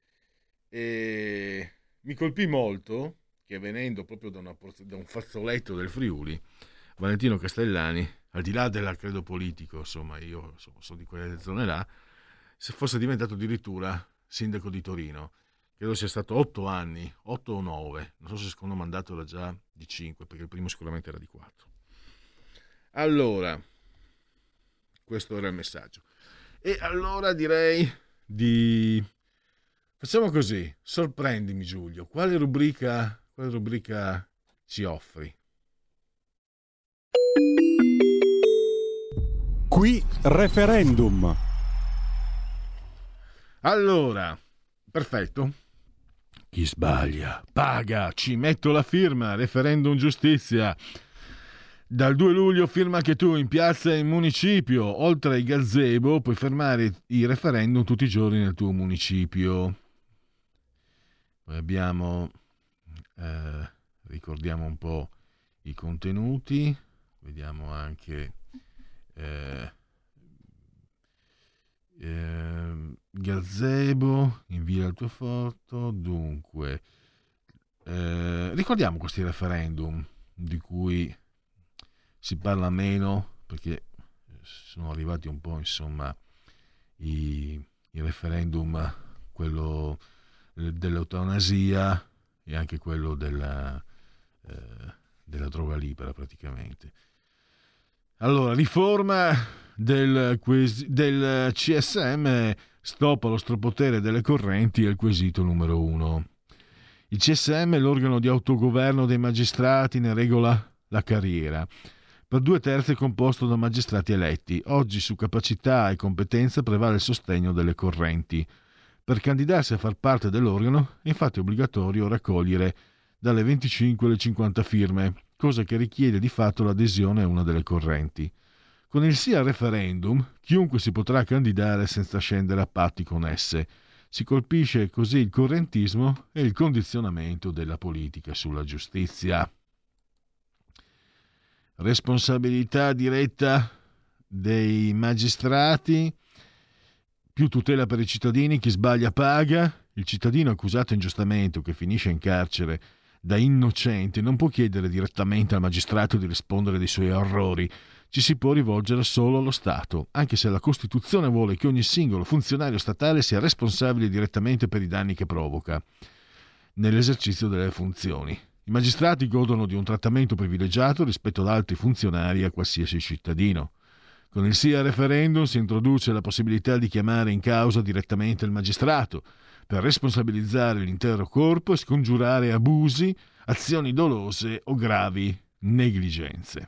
E mi colpì molto che, venendo proprio da un fazzoletto del Friuli, Valentino Castellani, al di là del credo politico, insomma, io sono di quelle zone là, se fosse diventato addirittura sindaco di Torino. Credo sia stato 8 anni, 8 o 9, non so se il secondo mandato era già di 5, perché il primo sicuramente era di 4. Allora, questo era il messaggio. E allora direi facciamo così, sorprendimi Giulio, quale rubrica ci offri? Qui referendum. Allora, perfetto. Chi sbaglia paga, ci metto la firma, referendum giustizia. Dal 2 luglio firma anche tu in piazza e in municipio. Oltre ai gazebo puoi fermare i referendum tutti i giorni nel tuo municipio. Poi abbiamo, ricordiamo un po' i contenuti, vediamo anche gazebo, invia la tua foto. Dunque, ricordiamo questi referendum di cui si parla meno, perché sono arrivati un po', insomma, i referendum, quello dell'eutanasia e anche quello della droga libera, praticamente. Allora, riforma del CSM, stop allo strapotere delle correnti, è il quesito numero 1. Il CSM è l'organo di autogoverno dei magistrati, ne regola la carriera. Per 2/3 è composto da magistrati eletti. Oggi su capacità e competenza prevale il sostegno delle correnti. Per candidarsi a far parte dell'organo è infatti obbligatorio raccogliere dalle 25 alle 50 firme, cosa che richiede di fatto l'adesione a una delle correnti. Con il sì al referendum, chiunque si potrà candidare senza scendere a patti con esse. Si colpisce così il correntismo e il condizionamento della politica sulla giustizia. Responsabilità diretta dei magistrati, più tutela per i cittadini, chi sbaglia paga. Il cittadino accusato ingiustamente o che finisce in carcere da innocente non può chiedere direttamente al magistrato di rispondere dei suoi errori, ci si può rivolgere solo allo Stato, anche se la Costituzione vuole che ogni singolo funzionario statale sia responsabile direttamente per i danni che provoca nell'esercizio delle funzioni. I magistrati godono di un trattamento privilegiato rispetto ad altri funzionari e a qualsiasi cittadino. Con il sì al referendum si introduce la possibilità di chiamare in causa direttamente il magistrato per responsabilizzare l'intero corpo e scongiurare abusi, azioni dolose o gravi negligenze.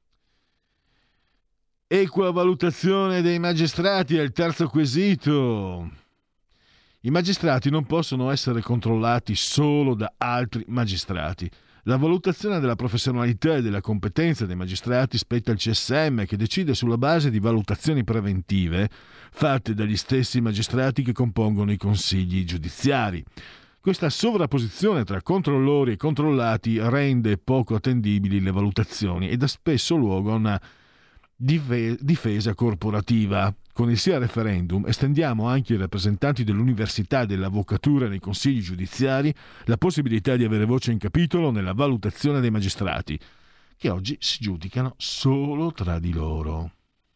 Equa valutazione dei magistrati è il terzo quesito. I magistrati non possono essere controllati solo da altri magistrati. La valutazione della professionalità e della competenza dei magistrati spetta al CSM, che decide sulla base di valutazioni preventive fatte dagli stessi magistrati che compongono i consigli giudiziari. Questa sovrapposizione tra controllori e controllati rende poco attendibili le valutazioni e dà spesso luogo a una difesa corporativa. Con il sì al referendum estendiamo anche ai rappresentanti dell'università e dell'avvocatura nei consigli giudiziari la possibilità di avere voce in capitolo nella valutazione dei magistrati, che oggi si giudicano solo tra di loro.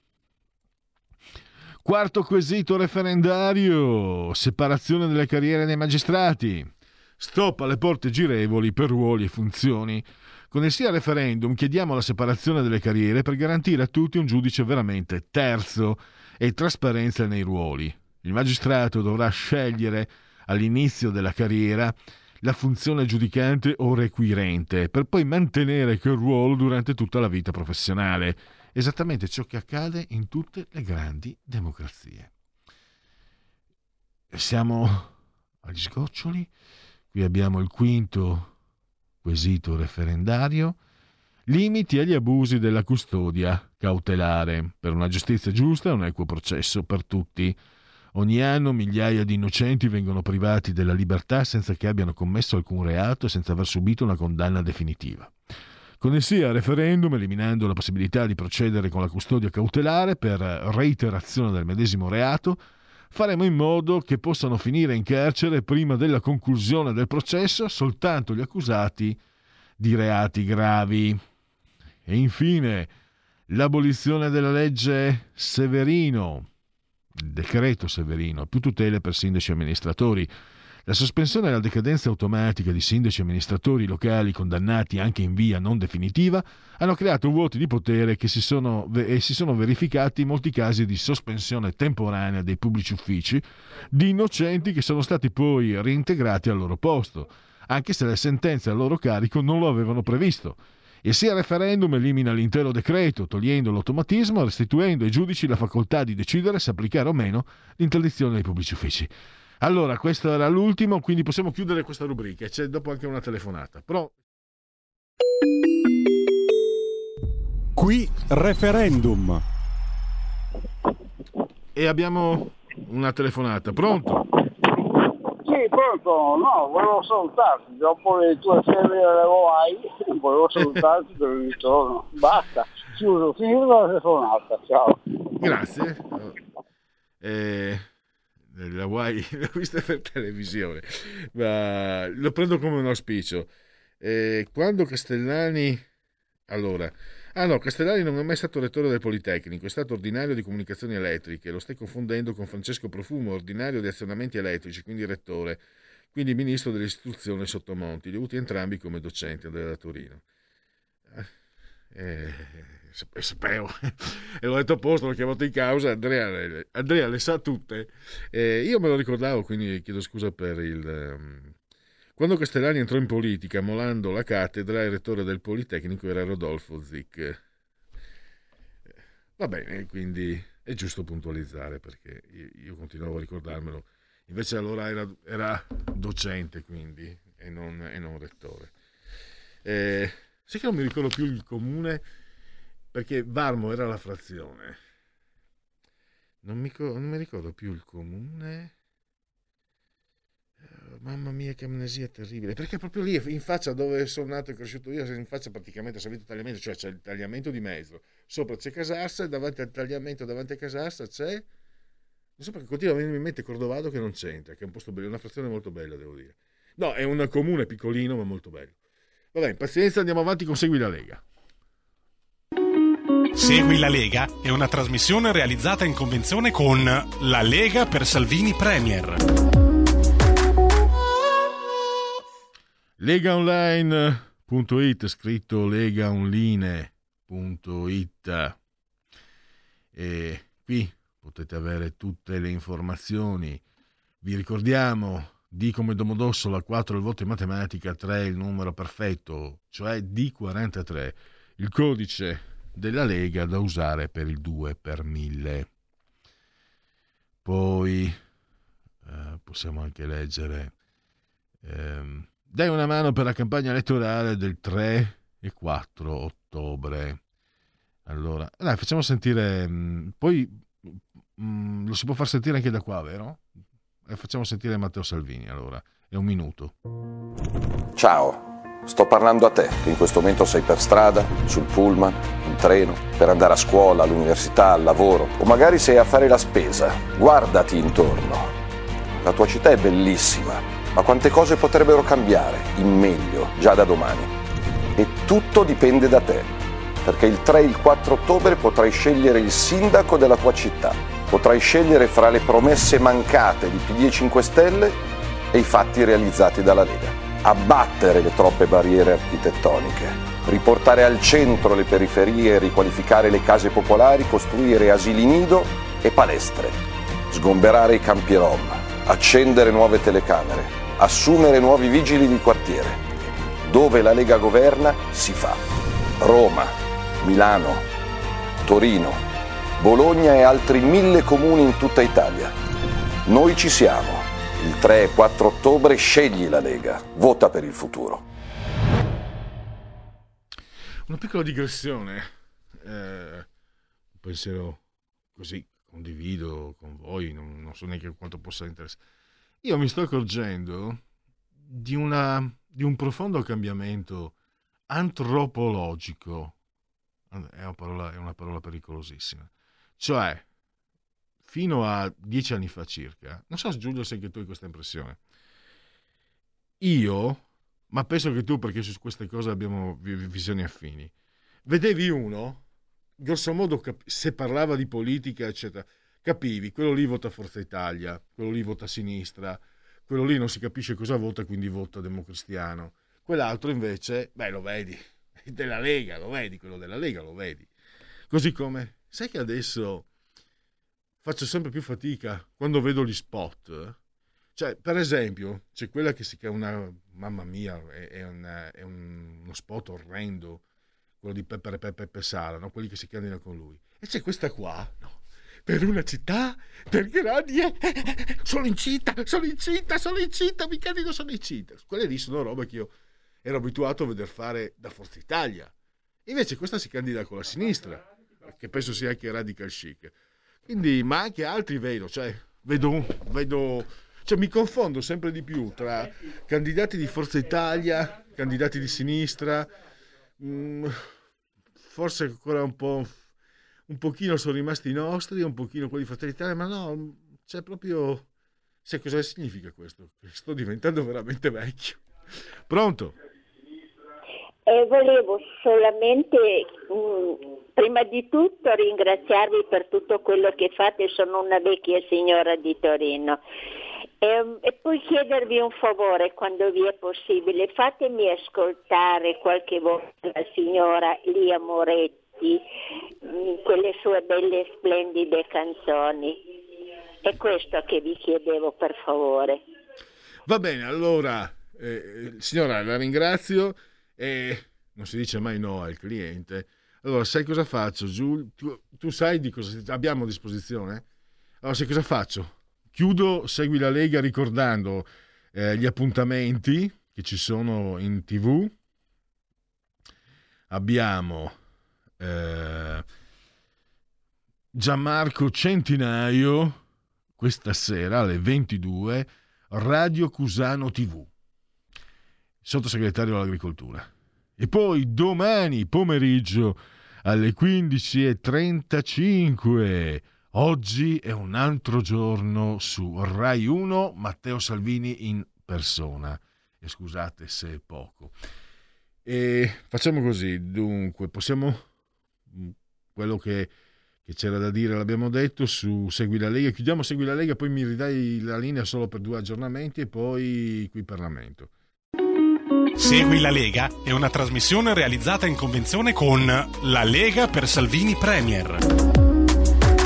Quarto quesito referendario: separazione delle carriere dei magistrati. Stop alle porte girevoli per ruoli e funzioni. Con il sì al referendum chiediamo la separazione delle carriere per garantire a tutti un giudice veramente terzo e trasparenza nei ruoli. Il magistrato dovrà scegliere all'inizio della carriera la funzione giudicante o requirente per poi mantenere quel ruolo durante tutta la vita professionale. Esattamente ciò che accade in tutte le grandi democrazie. Siamo agli sgoccioli. Qui abbiamo il quinto quesito referendario: limiti agli abusi della custodia cautelare per una giustizia giusta e un equo processo per tutti. Ogni anno migliaia di innocenti vengono privati della libertà senza che abbiano commesso alcun reato e senza aver subito una condanna definitiva. Con il sì al referendum, eliminando la possibilità di procedere con la custodia cautelare per reiterazione del medesimo reato, faremo in modo che possano finire in carcere prima della conclusione del processo soltanto gli accusati di reati gravi. E infine l'abolizione della legge Severino, il decreto Severino, più tutele per sindaci e amministratori. La sospensione e la decadenza automatica di sindaci e amministratori locali condannati anche in via non definitiva hanno creato vuoti di potere che si sono verificati in molti casi di sospensione temporanea dei pubblici uffici di innocenti che sono stati poi reintegrati al loro posto, anche se le sentenze a loro carico non lo avevano previsto. E sia il referendum elimina l'intero decreto, togliendo l'automatismo e restituendo ai giudici la facoltà di decidere se applicare o meno l'interdizione dei pubblici uffici. Allora, questo era l'ultimo, quindi possiamo chiudere questa rubrica. C'è dopo anche una telefonata. Qui referendum. E abbiamo una telefonata. Pronto? Sì, pronto. No, volevo salutarti. Dopo le tue ferie alle Hawaii, volevo salutarti per il ritorno. Basta, chiuso, finito la telefonata. Ciao. Grazie. L'Hawaii l'ho vista per televisione, ma lo prendo come un auspicio. Quando Castellani Castellani non è mai stato rettore del Politecnico, è stato ordinario di comunicazioni elettriche. Lo stai confondendo con Francesco Profumo, ordinario di azionamenti elettrici, quindi rettore, quindi ministro dell'istruzione Sottomonti. Li ho avuti entrambi come docenti, Andrea da Torino. Sapevo, e l'ho detto a posto, l'ho chiamato in causa. Andrea le sa tutte. Io me lo ricordavo, quindi chiedo scusa per il... Quando Castellani entrò in politica, mollando la cattedra, il rettore del Politecnico era Rodolfo Zic. Va bene, quindi è giusto puntualizzare, perché io continuavo a ricordarmelo. Invece allora era docente, quindi, e non rettore. Sì che non mi ricordo più il comune, perché Varmo era la frazione. Non mi ricordo più il comune. Mamma mia, che amnesia terribile, perché proprio lì in faccia dove sono nato e cresciuto io, in faccia praticamente a Savito Tagliamento, cioè c'è il tagliamento di mezzo, sopra c'è Casassa e davanti al tagliamento, davanti a Casassa c'è, non so perché continua a venirmi in mente Cordovado, che non c'entra, che è un posto bello, una frazione molto bella, devo dire. No, è un comune piccolino ma molto bello. Vabbè, pazienza, andiamo avanti con Segui la Lega. Segui la Lega è una trasmissione realizzata in convenzione con La Lega per Salvini Premier. Legaonline.it, scritto legaonline.it. e qui potete avere tutte le informazioni. Vi ricordiamo D come Domodossola, 4 il voto in matematica, 3 il numero perfetto, cioè D43, il codice della Lega da usare per il 2 per 1000. Poi possiamo anche leggere dai una mano per la campagna elettorale del 3 e 4 ottobre. Allora, dai, facciamo sentire, poi lo si può far sentire anche da qua, vero? Facciamo sentire Matteo Salvini, allora, è un minuto. Ciao, sto parlando a te, che in questo momento sei per strada, sul pullman, in treno, per andare a scuola, all'università, al lavoro, o magari sei a fare la spesa. Guardati intorno. La tua città è bellissima, ma quante cose potrebbero cambiare, in meglio, già da domani. E tutto dipende da te, perché il 3 e il 4 ottobre potrai scegliere il sindaco della tua città. Potrai scegliere fra le promesse mancate di PD e 5 Stelle e i fatti realizzati dalla Lega. Abbattere le troppe barriere architettoniche, riportare al centro le periferie, riqualificare le case popolari, costruire asili nido e palestre, sgomberare i campi rom, accendere nuove telecamere, assumere nuovi vigili di quartiere. Dove la Lega governa si fa. Roma, Milano, Torino, Bologna e altri 1000 comuni in tutta Italia. Noi ci siamo. Il 3 e 4 ottobre scegli la Lega. Vota per il futuro. Una piccola digressione. Un pensiero così condivido con voi, non so neanche quanto possa interessare. Io mi sto accorgendo di un profondo cambiamento antropologico. È una parola pericolosissima. Cioè, fino a 10 anni fa circa, non so Giulio se anche tu hai questa impressione, io, ma penso che tu, perché su queste cose abbiamo visioni affini, vedevi uno, grosso modo se parlava di politica eccetera, capivi, quello lì vota Forza Italia, quello lì vota Sinistra, quello lì non si capisce cosa vota, quindi vota Democristiano, quell'altro invece, lo vedi, della Lega, lo vedi, quello della Lega lo vedi. Così come, sai che adesso faccio sempre più fatica quando vedo gli spot? Cioè, per esempio, c'è quella che si chiama mamma mia, è uno spot orrendo, quello di Peppe Sala, no? Quelli che si candidano con lui. E c'è questa qua, no? Per una città, per grandi, sono incinta, mi candido, sono incinta. Quelle lì sono robe che io ero abituato a veder fare da Forza Italia. Invece questa si candida con la sinistra, che penso sia anche radical chic. Quindi, ma anche altri vedo, cioè mi confondo sempre di più tra candidati di Forza Italia, candidati di sinistra, forse ancora un pochino sono rimasti i nostri, un pochino quelli di Fratelli d'Italia, ma no, c'è proprio, sai cosa significa questo? Che sto diventando veramente vecchio. Pronto? Volevo solamente prima di tutto ringraziarvi per tutto quello che fate, sono una vecchia signora di Torino, e poi chiedervi un favore quando vi è possibile, fatemi ascoltare qualche volta la signora Lia Moretti, quelle sue belle e splendide canzoni. È questo che vi chiedevo, per favore. Va bene, allora signora, la ringrazio e non si dice mai no al cliente. Allora, sai cosa faccio, Giù? Tu sai di cosa abbiamo a disposizione? Allora, sai cosa faccio? Chiudo Segui la Lega ricordando gli appuntamenti che ci sono in TV. Abbiamo Gianmarco Centinaio questa sera alle 22, Radio Cusano TV, sottosegretario all'agricoltura. E poi domani pomeriggio alle 15:35, Oggi è un altro giorno su Rai 1, Matteo Salvini in persona. E scusate se è poco. E facciamo così, dunque, possiamo, quello che c'era da dire l'abbiamo detto su Segui la Lega. Chiudiamo Segui la Lega, poi mi ridai la linea solo per 2 aggiornamenti e poi qui Parlamento. Segui la Lega è una trasmissione realizzata in convenzione con La Lega per Salvini Premier.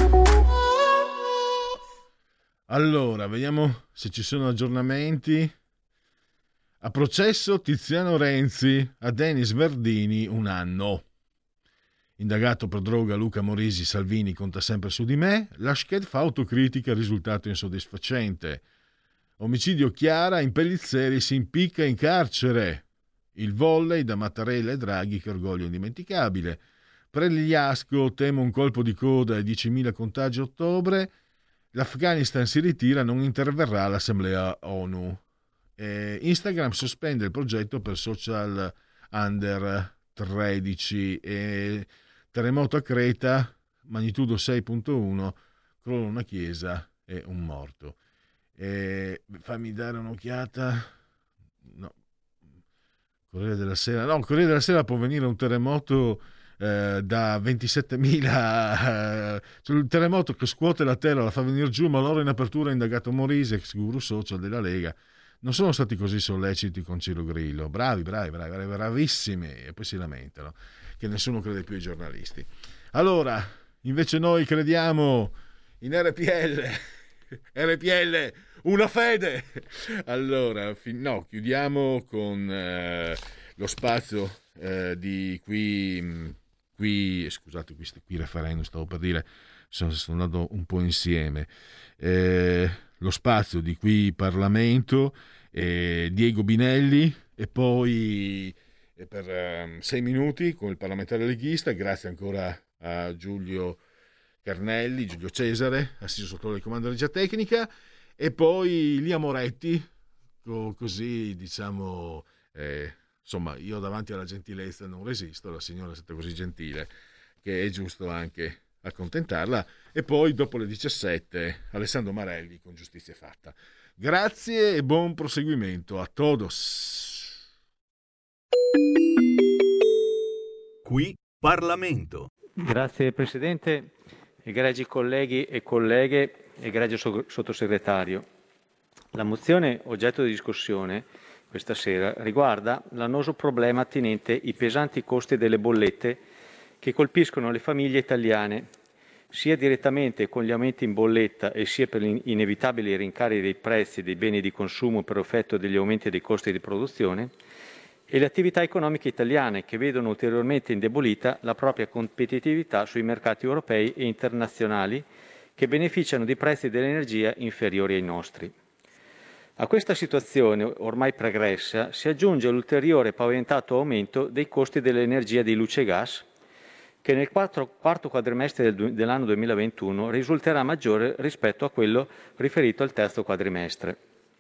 Allora, vediamo se ci sono aggiornamenti. A processo Tiziano Renzi, a Denis Verdini 1 anno. Indagato per droga Luca Morisi, Salvini conta sempre su di me. La Sched fa autocritica, risultato insoddisfacente. Omicidio Chiara, in Pellizzeri si impicca in carcere. Il volley da Mattarella e Draghi, che orgoglio indimenticabile. Pregliasco, temo un colpo di coda e 10.000 contagi a ottobre. L'Afghanistan si ritira, non interverrà all'Assemblea ONU. Instagram sospende il progetto per social under 13. Terremoto a Creta, magnitudo 6.1, crolla una chiesa e un morto. Fammi dare un'occhiata. No. Corriere della Sera. No, Corriere della Sera può venire un terremoto da 27.000, cioè il terremoto che scuote la terra, la fa venire giù, ma loro in apertura ha indagato Morisi, ex guru social della Lega. Non sono stati così solleciti con Ciro Grillo. Bravissimi, e poi si lamentano che nessuno crede più ai giornalisti. Allora, invece noi crediamo in RPL, una fede. Allora, chiudiamo con lo spazio di qui scusate, qui referendum, stavo per dire, sono andato un po' insieme. Lo spazio di qui Parlamento, Diego Binelli, e poi per 6 minuti con il parlamentare leghista. Grazie ancora a Giulio Cesare, assiso sotto il comando di regia tecnica, e poi Lia Moretti, così diciamo, insomma, io davanti alla gentilezza non resisto, la signora è stata così gentile che è giusto anche accontentarla. E poi dopo le 17 Alessandro Marelli con Giustizia Fatta. Grazie e buon proseguimento a todos. Qui Parlamento. Grazie Presidente, egregi colleghi e colleghe, egregio sottosegretario. La mozione oggetto di discussione questa sera riguarda l'annoso problema attinente i pesanti costi delle bollette che colpiscono le famiglie italiane, sia direttamente con gli aumenti in bolletta e sia per gli inevitabili rincari dei prezzi dei beni di consumo per effetto degli aumenti dei costi di produzione, e le attività economiche italiane che vedono ulteriormente indebolita la propria competitività sui mercati europei e internazionali, che beneficiano di prezzi dell'energia inferiori ai nostri. A questa situazione ormai pregressa si aggiunge l'ulteriore paventato aumento dei costi dell'energia di luce e gas, che nel quarto quadrimestre dell'anno 2021 risulterà maggiore rispetto a quello riferito al terzo quadrimestre.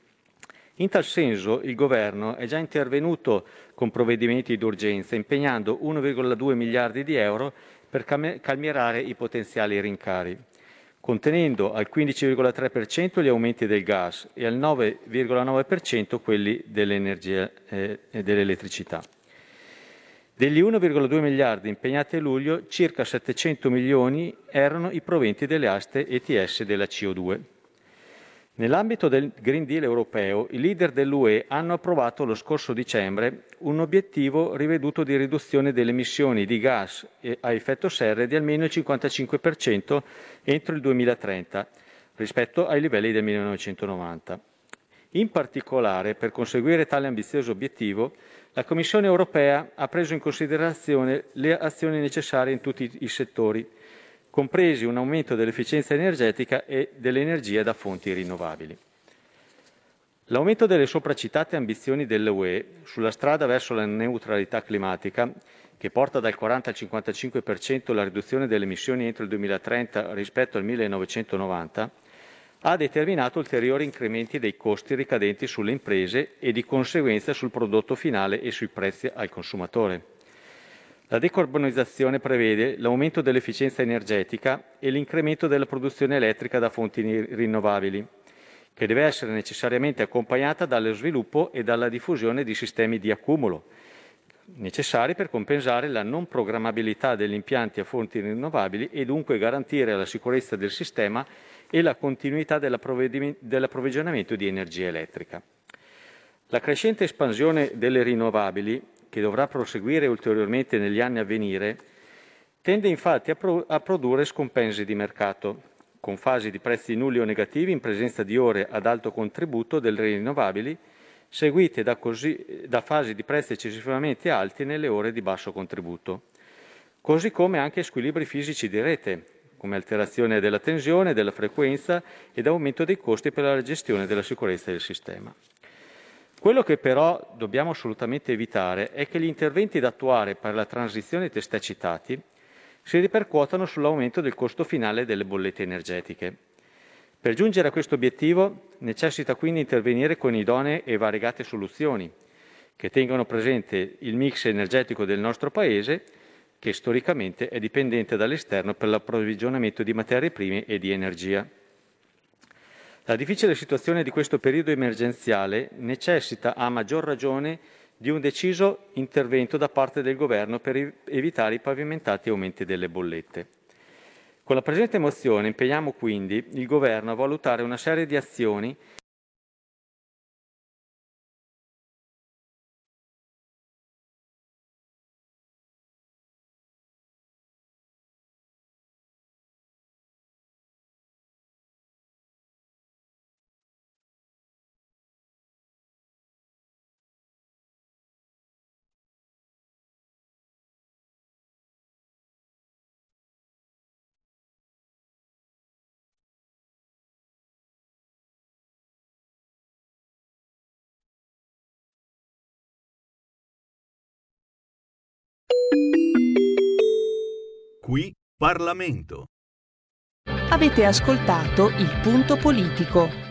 In tal senso il Governo è già intervenuto con provvedimenti d'urgenza, impegnando 1,2 miliardi di euro per calmierare i potenziali rincari, contenendo al 15,3% gli aumenti del gas e al 9,9% quelli dell'energia e dell'elettricità. Degli 1,2 miliardi impegnati a luglio, circa 700 milioni erano i proventi delle aste ETS della CO2. Nell'ambito del Green Deal europeo, i leader dell'UE hanno approvato lo scorso dicembre un obiettivo riveduto di riduzione delle emissioni di gas a effetto serra di almeno il 55% entro il 2030, rispetto ai livelli del 1990. In particolare, per conseguire tale ambizioso obiettivo, la Commissione europea ha preso in considerazione le azioni necessarie in tutti i settori, compresi un aumento dell'efficienza energetica e dell'energia da fonti rinnovabili. L'aumento delle sopracitate ambizioni dell'UE sulla strada verso la neutralità climatica, che porta dal 40 al 55% la riduzione delle emissioni entro il 2030 rispetto al 1990, ha determinato ulteriori incrementi dei costi ricadenti sulle imprese e di conseguenza sul prodotto finale e sui prezzi al consumatore. La decarbonizzazione prevede l'aumento dell'efficienza energetica e l'incremento della produzione elettrica da fonti rinnovabili, che deve essere necessariamente accompagnata dallo sviluppo e dalla diffusione di sistemi di accumulo, necessari per compensare la non programmabilità degli impianti a fonti rinnovabili e dunque garantire la sicurezza del sistema e la continuità dell'approvvigionamento di energia elettrica. La crescente espansione delle rinnovabili, che dovrà proseguire ulteriormente negli anni a venire, tende infatti a produrre scompensi di mercato, con fasi di prezzi nulli o negativi in presenza di ore ad alto contributo delle rinnovabili, seguite da fasi di prezzi eccessivamente alti nelle ore di basso contributo, così come anche squilibri fisici di rete, come alterazione della tensione, della frequenza ed aumento dei costi per la gestione della sicurezza del sistema. Quello che però dobbiamo assolutamente evitare è che gli interventi da attuare per la transizione testé citati si ripercuotano sull'aumento del costo finale delle bollette energetiche. Per giungere a questo obiettivo necessita quindi intervenire con idonee e variegate soluzioni che tengano presente il mix energetico del nostro Paese, che storicamente è dipendente dall'esterno per l'approvvigionamento di materie prime e di energia. La difficile situazione di questo periodo emergenziale necessita a maggior ragione di un deciso intervento da parte del Governo per evitare i pavimentati aumenti delle bollette. Con la presente mozione impegniamo quindi il Governo a valutare una serie di azioni Qui Parlamento. Avete ascoltato Il Punto Politico.